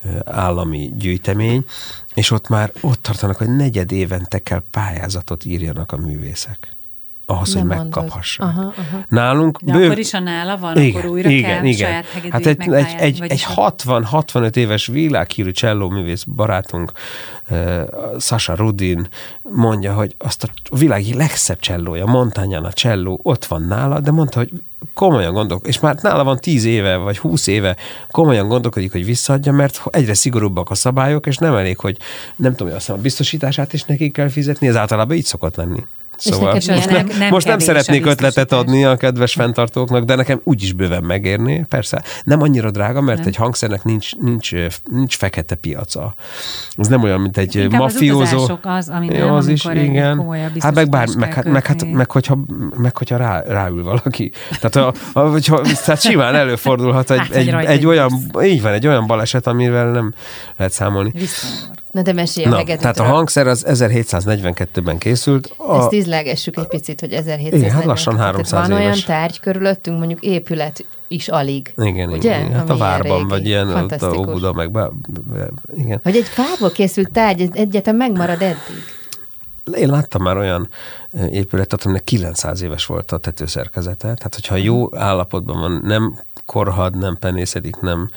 állami gyűjtemény, és ott már ott tartanak, hogy negyed évente kell pályázatot írjanak a művészek. Ahhoz, nem hogy megkaphassák. Aha, aha. Nálunk... De bő... akkor is a nála van, igen, akkor újra igen, kell igen. saját hegedűjét hát egy, megpályázni. Egy, egy, egy hatvan-hatvanöt éves világhírű csellóművész barátunk, uh, Sasha Rudin mondja, hogy azt a világi legszebb csellója, Montagnana cselló ott van nála, de mondta, hogy komolyan gondolkodik, és már nála van tíz éve, vagy húsz éve, komolyan gondolkodik, hogy visszaadja, mert egyre szigorúbbak a szabályok, és nem elég, hogy nem tudom, hogy azt a biztosítását is neki kell fizetni, ez általában így szokott lenni. Szóval most nem, nem, most nem szeretnék ötletet adni a kedves fenntartóknak, de nekem úgyis bőven megérné, persze. Nem annyira drága, mert nem. Egy hangszernek nincs, nincs, nincs fekete piaca. Ez nem olyan, mint egy inkább mafiózó. Az az, ami nem, az is, igen. Hát meg, bár, meg, hát, meg, hát, meg hogyha, meg, hogyha rá, ráül valaki. Tehát, a, a, hogyha, tehát simán előfordulhat egy, hát, egy, egy, egy olyan, így van, egy olyan baleset, amivel nem lehet számolni. Viszont. Na de mesélj a hegedűtről. Tehát a hangszer az ezerhétszáznegyvenkettőben készült. A... Ezt ízlegessük egy picit, hogy ezerhétszáznegyvenkettő. Igen, hát lassan háromszáz van éves. olyan tárgy körülöttünk, mondjuk épület is alig. Igen, ugye? igen. Hát a várban, régi. Vagy ilyen a Óbuda, meg be, be, igen. Hogy egy fából készült tárgy, ez egyáltalán megmarad eddig? Én láttam már olyan épületet, aminek kilencszáz éves volt a tetőszerkezete. Tehát, hogyha jó állapotban van, nem korhad, nem penészedik, nem...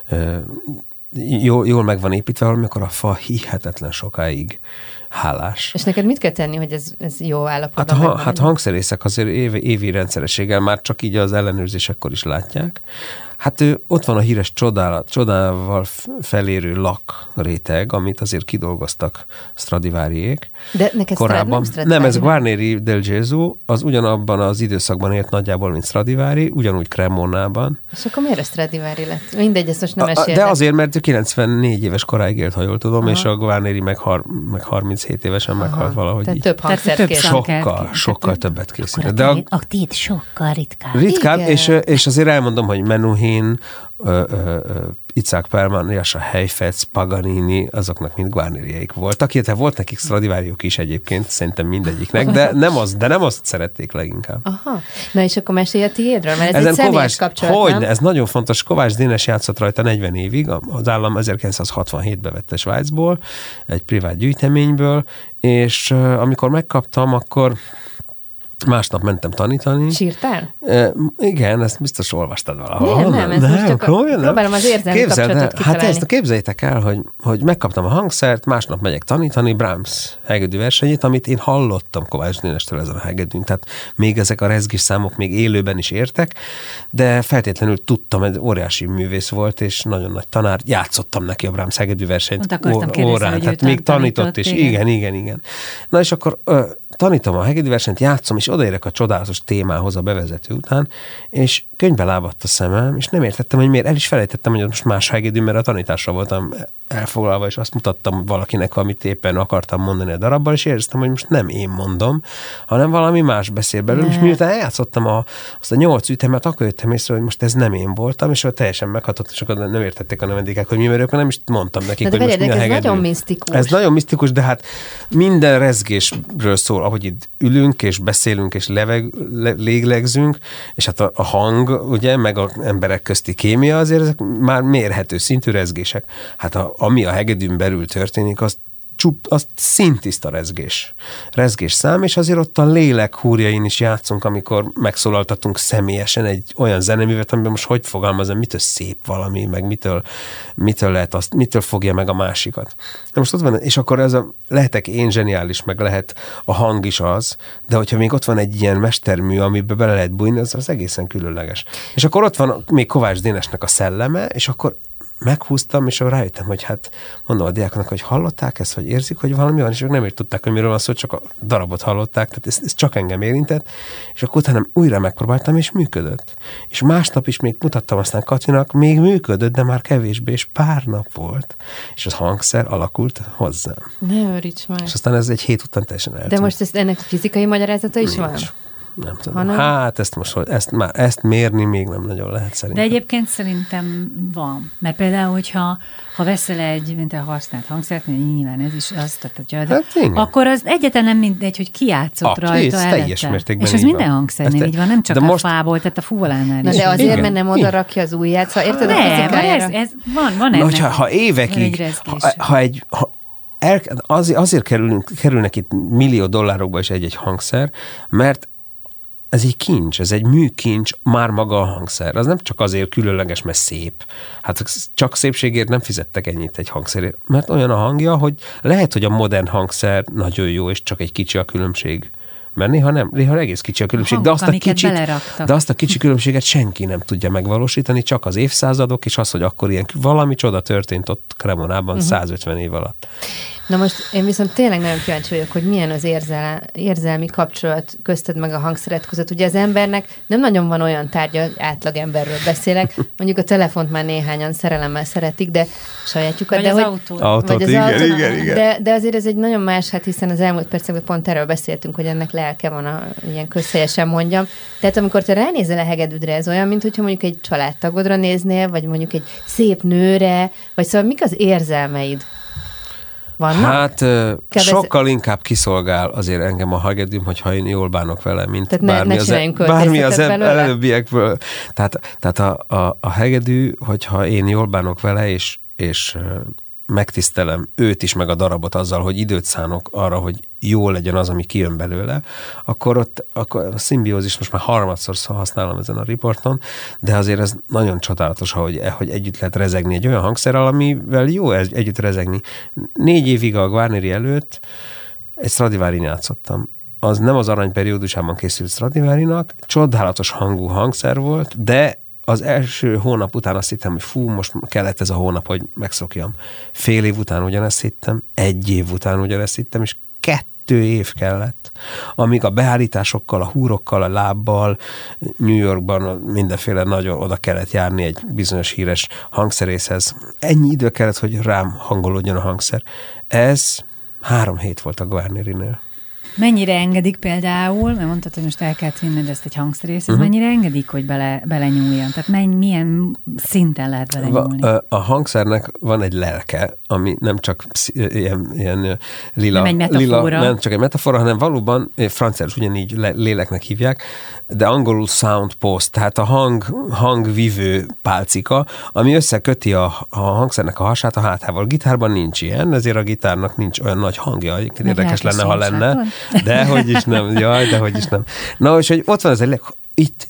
Jól, jól meg van építve valami, akkor a fa hihetetlen sokáig hálás. És neked mit kell tenni, hogy ez, ez jó állapotban hát, ha, hát hangszerészek azért évi, évi rendszerességgel már csak így az ellenőrzésekkor is látják. Hát ő, ott van a híres csodálat, csodával felérő lak réteg, amit azért kidolgoztak Stradivariék. De neked korábban. Nem, nem, ez Guarneri del Gesù, az ugyanabban az időszakban élt nagyjából, mint Stradivari, ugyanúgy Cremonában. És akkor miért a Stradivari lett? Mindegy, ezt most nem meséltem. De azért, mert ő kilencvennégy éves koráig élt, ha jól tudom, aha. és a Guarneri meg, har, meg harminchét évesen aha. meghalt valahogy. Tehát így. több hangszert készült. Sokkal, sokkal többet készült. De a, a tét sokkal ritkább. Ritkább, és, és azért elmondom, hogy Menuhin, Ö, ö, ö, Itzhak Perlman, Jascha Heifetz, Paganini, azoknak mind Guarneriék voltak, illetve volt nekik Stradivariuk is egyébként, szerintem mindegyiknek, de nem, az, de nem azt szerették leginkább. Aha. Na és akkor mesélj a tiédről, mert ez ezen egy személyes Kovács, kapcsolat, hogy, nem? Ez nagyon fontos. Kovács Dénes játszott rajta negyven évig, az állam ezerkilencszázhatvanhétben vette Svájcból, egy privát gyűjteményből, és uh, amikor megkaptam, akkor másnap mentem tanítani. Sírtál? E, igen, ezt biztos olvastad valahol. Nem, nem, ez nem, most csak komolyan, próbálom az érzelmi kapcsolatot kitalálni. Hát ezt képzeljétek el, hogy, hogy megkaptam a hangszert, másnap megyek tanítani Brahms hegedű versenyét, amit én hallottam Kovács Dénestől ezen a hegedűn. Tehát még ezek a rezgés számok még élőben is értek, de feltétlenül tudtam, egy óriási művész volt, és nagyon nagy tanár. Játszottam neki a Brahms hegedű versenyt órán. Tehát még tanított is. Igen. igen, igen, igen. Na és akkor ö, tanítom a hegedű versenyt, játszom, és odaérek a csodálatos témához a bevezető után, és könyvbe lábadt a szemem, és nem értettem, hogy miért. El is felejtettem, hogy most más hegedű, mert a tanításra voltam elfoglalva, és azt mutattam valakinek, amit éppen akartam mondani a darabban, és éreztem, hogy most nem én mondom, hanem valami más beszél belőle, és miután eljátszottam a, azt a nyolc ütemet, akkor jöttem észre, hogy most ez nem én voltam, és teljesen meghatott, és akkor nem értették a növendékek, hogy mi, mert nem is mondtam nekik, de hogy most mi a hegedű. Ez nagyon misztikus. Ez nagyon misztikus, de hát minden rezgésről szól, ahogy itt ülünk, és beszélünk, és leveg, le, léglegzünk, és hát a, a hang, ugye, meg az emberek közti kémia azért ezek már mérhető szintű rezgések. Hát a, ami a hegedűn belül történik, az csup, az szintiszta rezgés. Rezgés szám, és azért ott a lélek húrjain is játszunk, amikor megszólaltatunk személyesen egy olyan zeneművet, amiben most hogy fogalmazom, mitől szép valami, meg mitől, mitől lehet azt, mitől fogja meg a másikat. De most ott van, és akkor ez a, lehetek én zseniális, meg lehet a hang is az, de hogyha még ott van egy ilyen mestermű, amiben bele lehet bújni, az, az egészen különleges. És akkor ott van még Kovács Dénesnek a szelleme, és akkor meghúztam, és akkor rájöttem, hogy hát mondom a diáknak, hogy hallották ezt, vagy érzik, hogy valami van, és ők nem is tudták, hogy miről van szó, csak a darabot hallották, tehát ez, ez csak engem érintett, és akkor utána újra megpróbáltam, és működött. És másnap is még mutattam aztán Katinak, még működött, de már kevésbé, és pár nap volt, és az hangszer alakult hozzám. Ne öríts meg. És aztán ez egy hét után teljesen eltűnt. De most ez, ennek fizikai magyarázata is van? Nem tudom. Hanem... Hát ezt most, ezt, már, ezt mérni még nem nagyon lehet szerintem. De egyébként szerintem van. Mert például, hogyha ha veszel egy, mint a használt hangszert, nyilván ez is az, tehát, hát akkor az egyáltalán nem mindegy, hogy ki játszott a, rajta ez teljes mértékben. És ez minden hangszernél így van, nem csak a most... fából, tehát a fúvolánál is. De azért, mert nem oda rakja az ujját, szóval érted? Nem, ez, ez van, van ennek. Ha, ha évekig, ha, ha egy... Ha, el, azért, azért kerülünk, kerülnek itt millió dollárokba is egy-egy hangszer, mert ez egy kincs, ez egy műkincs, már maga a hangszer. Az nem csak azért különleges, mert szép. Hát csak szépségért nem fizettek ennyit egy hangszerért, mert olyan a hangja, hogy lehet, hogy a modern hangszer nagyon jó, és csak egy kicsi a különbség. Mert néha nem, néha egész kicsi a különbség, hangok, de, azt a kicsit, de azt a kicsi különbséget senki nem tudja megvalósítani, csak az évszázadok, és az, hogy akkor ilyen valami csoda történt ott Cremonában uh-huh. százötven év alatt. Na most én viszont tényleg nagyon kíváncsi vagyok, hogy milyen az érzel, érzelmi kapcsolat közted meg a hangszeret között. Ugye az embernek nem nagyon van olyan tárgya, átlag emberről beszélek, mondjuk a telefont már néhányan szerelemmel szeretik, de sajátjukat. Vagy de az hogy, autót. Autót, vagy az igen, autót, igen, igen. De, de azért ez egy nagyon más, hát hiszen az elmúlt percekben pont erről beszéltünk, hogy ennek lelke van, a, ilyen közhelyesen mondjam. Tehát amikor te ránézel a hegedűdre, ez olyan, mint hogyha mondjuk egy családtagodra néznél, vagy mondjuk egy szép nőre, vagy szóval mik az érzelmeid? Vannak? Hát Kevez... sokkal inkább kiszolgál azért engem a hagedűm, hogyha én jól bánok vele, mint tehát bármi, ne, ne az, bármi az előbbiekből. Tehát, tehát a, a, a hegedű, hogyha én jól bánok vele, és, és megtisztelem őt is, meg a darabot azzal, hogy időt szánok arra, hogy jó legyen az, ami kijön belőle, akkor ott akkor a szimbiózis most már harmadszor használom ezen a riporton, de azért ez nagyon csodálatos, hogy, hogy együtt lehet rezegni egy olyan hangszerrel, amivel jó együtt rezegni. Négy évig a Guarneri előtt egy Stradivárin játszottam. Az nem az arany periódusában készült Stradivarinak, csodálatos hangú hangszer volt, de az első hónap után azt hittem, hogy fú, most kellett ez a hónap, hogy megszokjam. Fél év után ugyanezt hittem, egy év után ugyanezt hittem, és kettő év kellett, amíg a beállításokkal, a húrokkal, a lábbal, New Yorkban mindenféle nagyon oda kellett járni egy bizonyos híres hangszerészhez. Ennyi idő kellett, hogy rám hangolódjon a hangszer. Ez három hét volt a Guarnerinél. Mennyire engedik például, mert mondtad, hogy most el kellett vinned ezt egy hangszerészhez, uh-huh. mennyire engedik, hogy bele, belenyúljon? Tehát menny, milyen szinten lehet belenyúlni? A, a hangszernek van egy lelke, ami nem csak ilyen, ilyen lila, nem egy metafora. Lila, nem csak egy metafora, hanem valóban, franciául ugyanígy léleknek hívják, de angolul sound post, tehát a hang, hangvívő pálcika, ami összeköti a, a hangszernek a hasát a hátával. Gitárban nincs ilyen, ezért a gitárnak nincs olyan nagy hangja, érdekes lenne, ha lenne. De hogy is nem, jaj, de hogy is nem. Na, és hogy ott van ez egy, itt,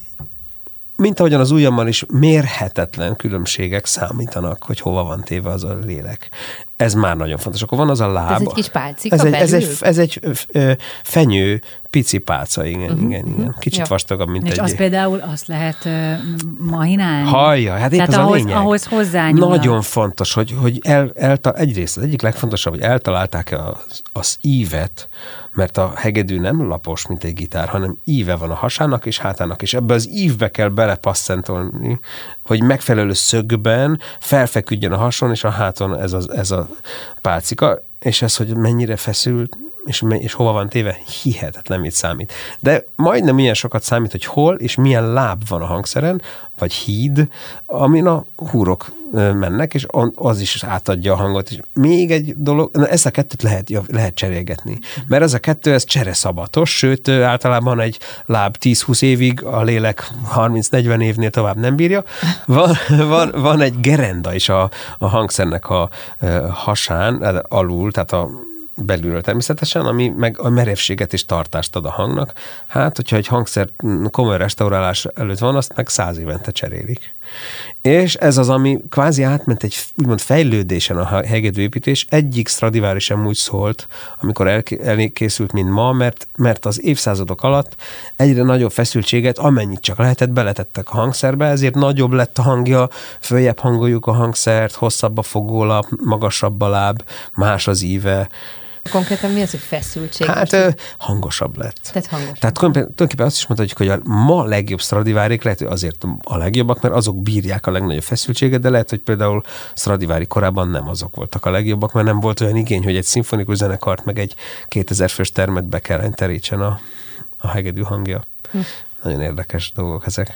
mint ahogyan az ujjammal is mérhetetlen különbségek számítanak, hogy hova van téve az a lélek. Ez már nagyon fontos. Akkor van az a lába. Ez egy kis pálcika ez egy, belül? ez egy, ez egy ö, fenyő, pici pálca, igen, uh-huh. igen, igen. Kicsit ja. vastagabb, mint és egy... És az például azt lehet uh, mahinálni? Hallja, hát épp tehát az ahhoz, a lényeg. ahhoz hozzányúl. Nagyon fontos, hogy, hogy el, eltal, egyrészt az egyik legfontosabb, hogy eltalálták az, az ívet, mert a hegedű nem lapos, mint egy gitár, hanem íve van a hasának és hátának, és ebbe az ívbe kell belepasszentolni, hogy megfelelő szögben felfeküdjön a hason, és a háton ez a, ez a pálcika, és ez, hogy mennyire feszült, és, és hova van téve, hihetetlen mit számít. De majdnem ilyen sokat számít, hogy hol és milyen láb van a hangszeren, vagy híd, amin a húrok mennek, és az is átadja a hangot. És még egy dolog, na ezt a kettőt lehet, lehet cserélgetni. Mert ez a kettő, ez csereszabatos, sőt, általában egy láb tíz-húsz évig, a lélek harminc-negyven évnél tovább nem bírja. Van, van, van egy gerenda is a, a hangszernek a, a hasán, alul, tehát a belülről természetesen, ami meg a merevséget és tartást ad a hangnak. Hát, hogyha egy hangszer komoly restaurálás előtt van, azt meg száz évente cserélik. És ez az, ami kvázi átment egy úgymond fejlődésen a hegedűépítés. Egyik Stradivari sem úgy szólt, amikor elkészült, mint ma, mert, mert az évszázadok alatt egyre nagyobb feszültséget, amennyit csak lehetett, beletettek a hangszerbe, ezért nagyobb lett a hangja, följebb hangoljuk a hangszert, hosszabb a fogólap, magasabb a láb, más az íve. Konkrétan mi az, hogy feszültség? Hát ö, hangosabb lett. Tehát hangosabb. Tehát tulajdonképpen azt is mondhatjuk, hogy a ma legjobb Stradivárik lehet, hogy azért a legjobbak, mert azok bírják a legnagyobb feszültséget, de lehet, hogy például Stradivari korában nem azok voltak a legjobbak, mert nem volt olyan igény, hogy egy szimfonikus zenekart meg egy kétezer fős termet be kell terítsen a, a hegedű hangja. Hm. Nagyon érdekes dolgok ezek.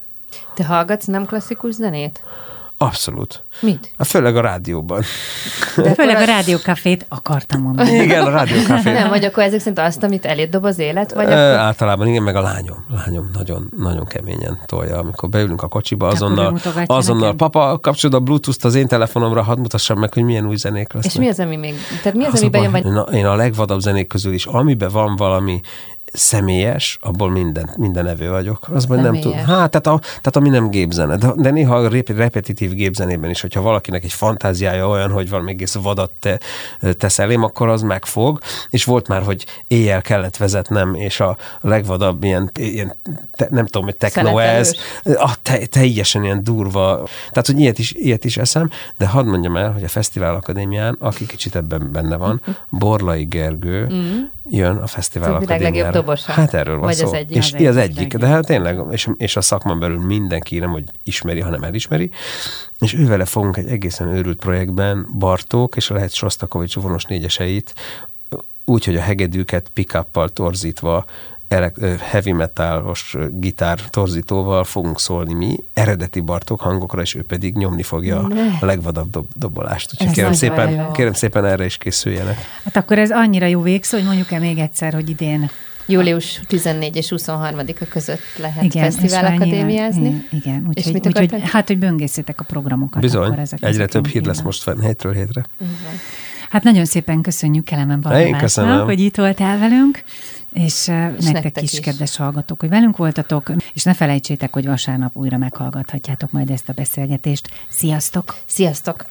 Te hallgatsz nem klasszikus zenét? Abszolút. Mit? A főleg a rádióban. De főleg a rádiókafét akartam mondani. Igen, a rádiókafét. Nem, vagy akkor ezek szerint azt, amit eléd dob az élet? Vagy Ö, akkor... Általában igen, meg a lányom. Lányom nagyon, nagyon keményen tolja. Amikor beülünk a kocsiba, azonnal, azonnal papa, kapcsolod a Bluetooth-t az én telefonomra, hadd mutassam meg, hogy milyen új zenék lesznek. És mi az, ami még... Tehát mi az, az amiben jön vagy... Én a, én a legvadabb zenék közül is, amiben van valami személyes, abból minden, minden evő vagyok. Az majd nem tud. Hát, tehát, a, tehát ami nem gépzene. De, de néha a rep- repetitív gépzenében is, hogyha valakinek egy fantáziája olyan, hogy valami egész vadat te, tesz elém, akkor az megfog. És volt már, hogy éjjel kellett vezetnem, és a legvadabb ilyen, ilyen te, nem tudom, hogy techno ez, a, te, teljesen ilyen durva. Tehát, hogy ilyet is, ilyet is eszem, de hadd mondjam el, hogy a Fesztivál Akadémián, aki kicsit ebben benne van, Borlai Gergő, mm. jön a Fesztivál Akadémiára. Hát erről van vagy szó. Az egyik. És az, az egyik. egyik. De hát tényleg, és, és a szakmán belül mindenki nem, hogy ismeri, hanem elismeri. És ővele fogunk egy egészen őrült projektben Bartók és a lehet Sostakovics vonos négyeseit úgy, hogy a hegedűket pick-uppal torzítva heavy metalos gitár torzítóval fogunk szólni mi, eredeti Bartók hangokra, és ő pedig nyomni fogja ne. a legvadabb dob- dobolást. Úgyhogy kérem szépen, kérem szépen erre is készüljenek. Hát akkor ez annyira jó végszó, hogy mondjuk el még egyszer, hogy idén július tizennégy és huszonharmadika között lehet igen, Fesztivál Akadémiázni. Igen, úgyhogy úgy, úgy, hát, hogy böngészétek a programokat. Bizony, akkor ezek egyre több hír lesz most fenn, hétről hétre. Igen. Hát nagyon szépen köszönjük Kelemen Barnabásnak, hogy itt voltál velünk, és, és nektek, nektek is, is, kedves hallgatók, hogy velünk voltatok, és ne felejtsétek, hogy vasárnap újra meghallgathatjátok majd ezt a beszélgetést. Sziasztok! Sziasztok!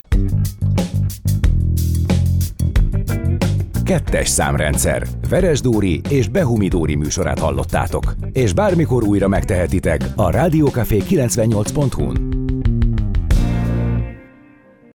Kettes számrendszer. Veres Dóri és Behumi Dóri műsorát hallottátok. És bármikor újra megtehetitek a rádiókafé kilencvennyolc pont hu-n.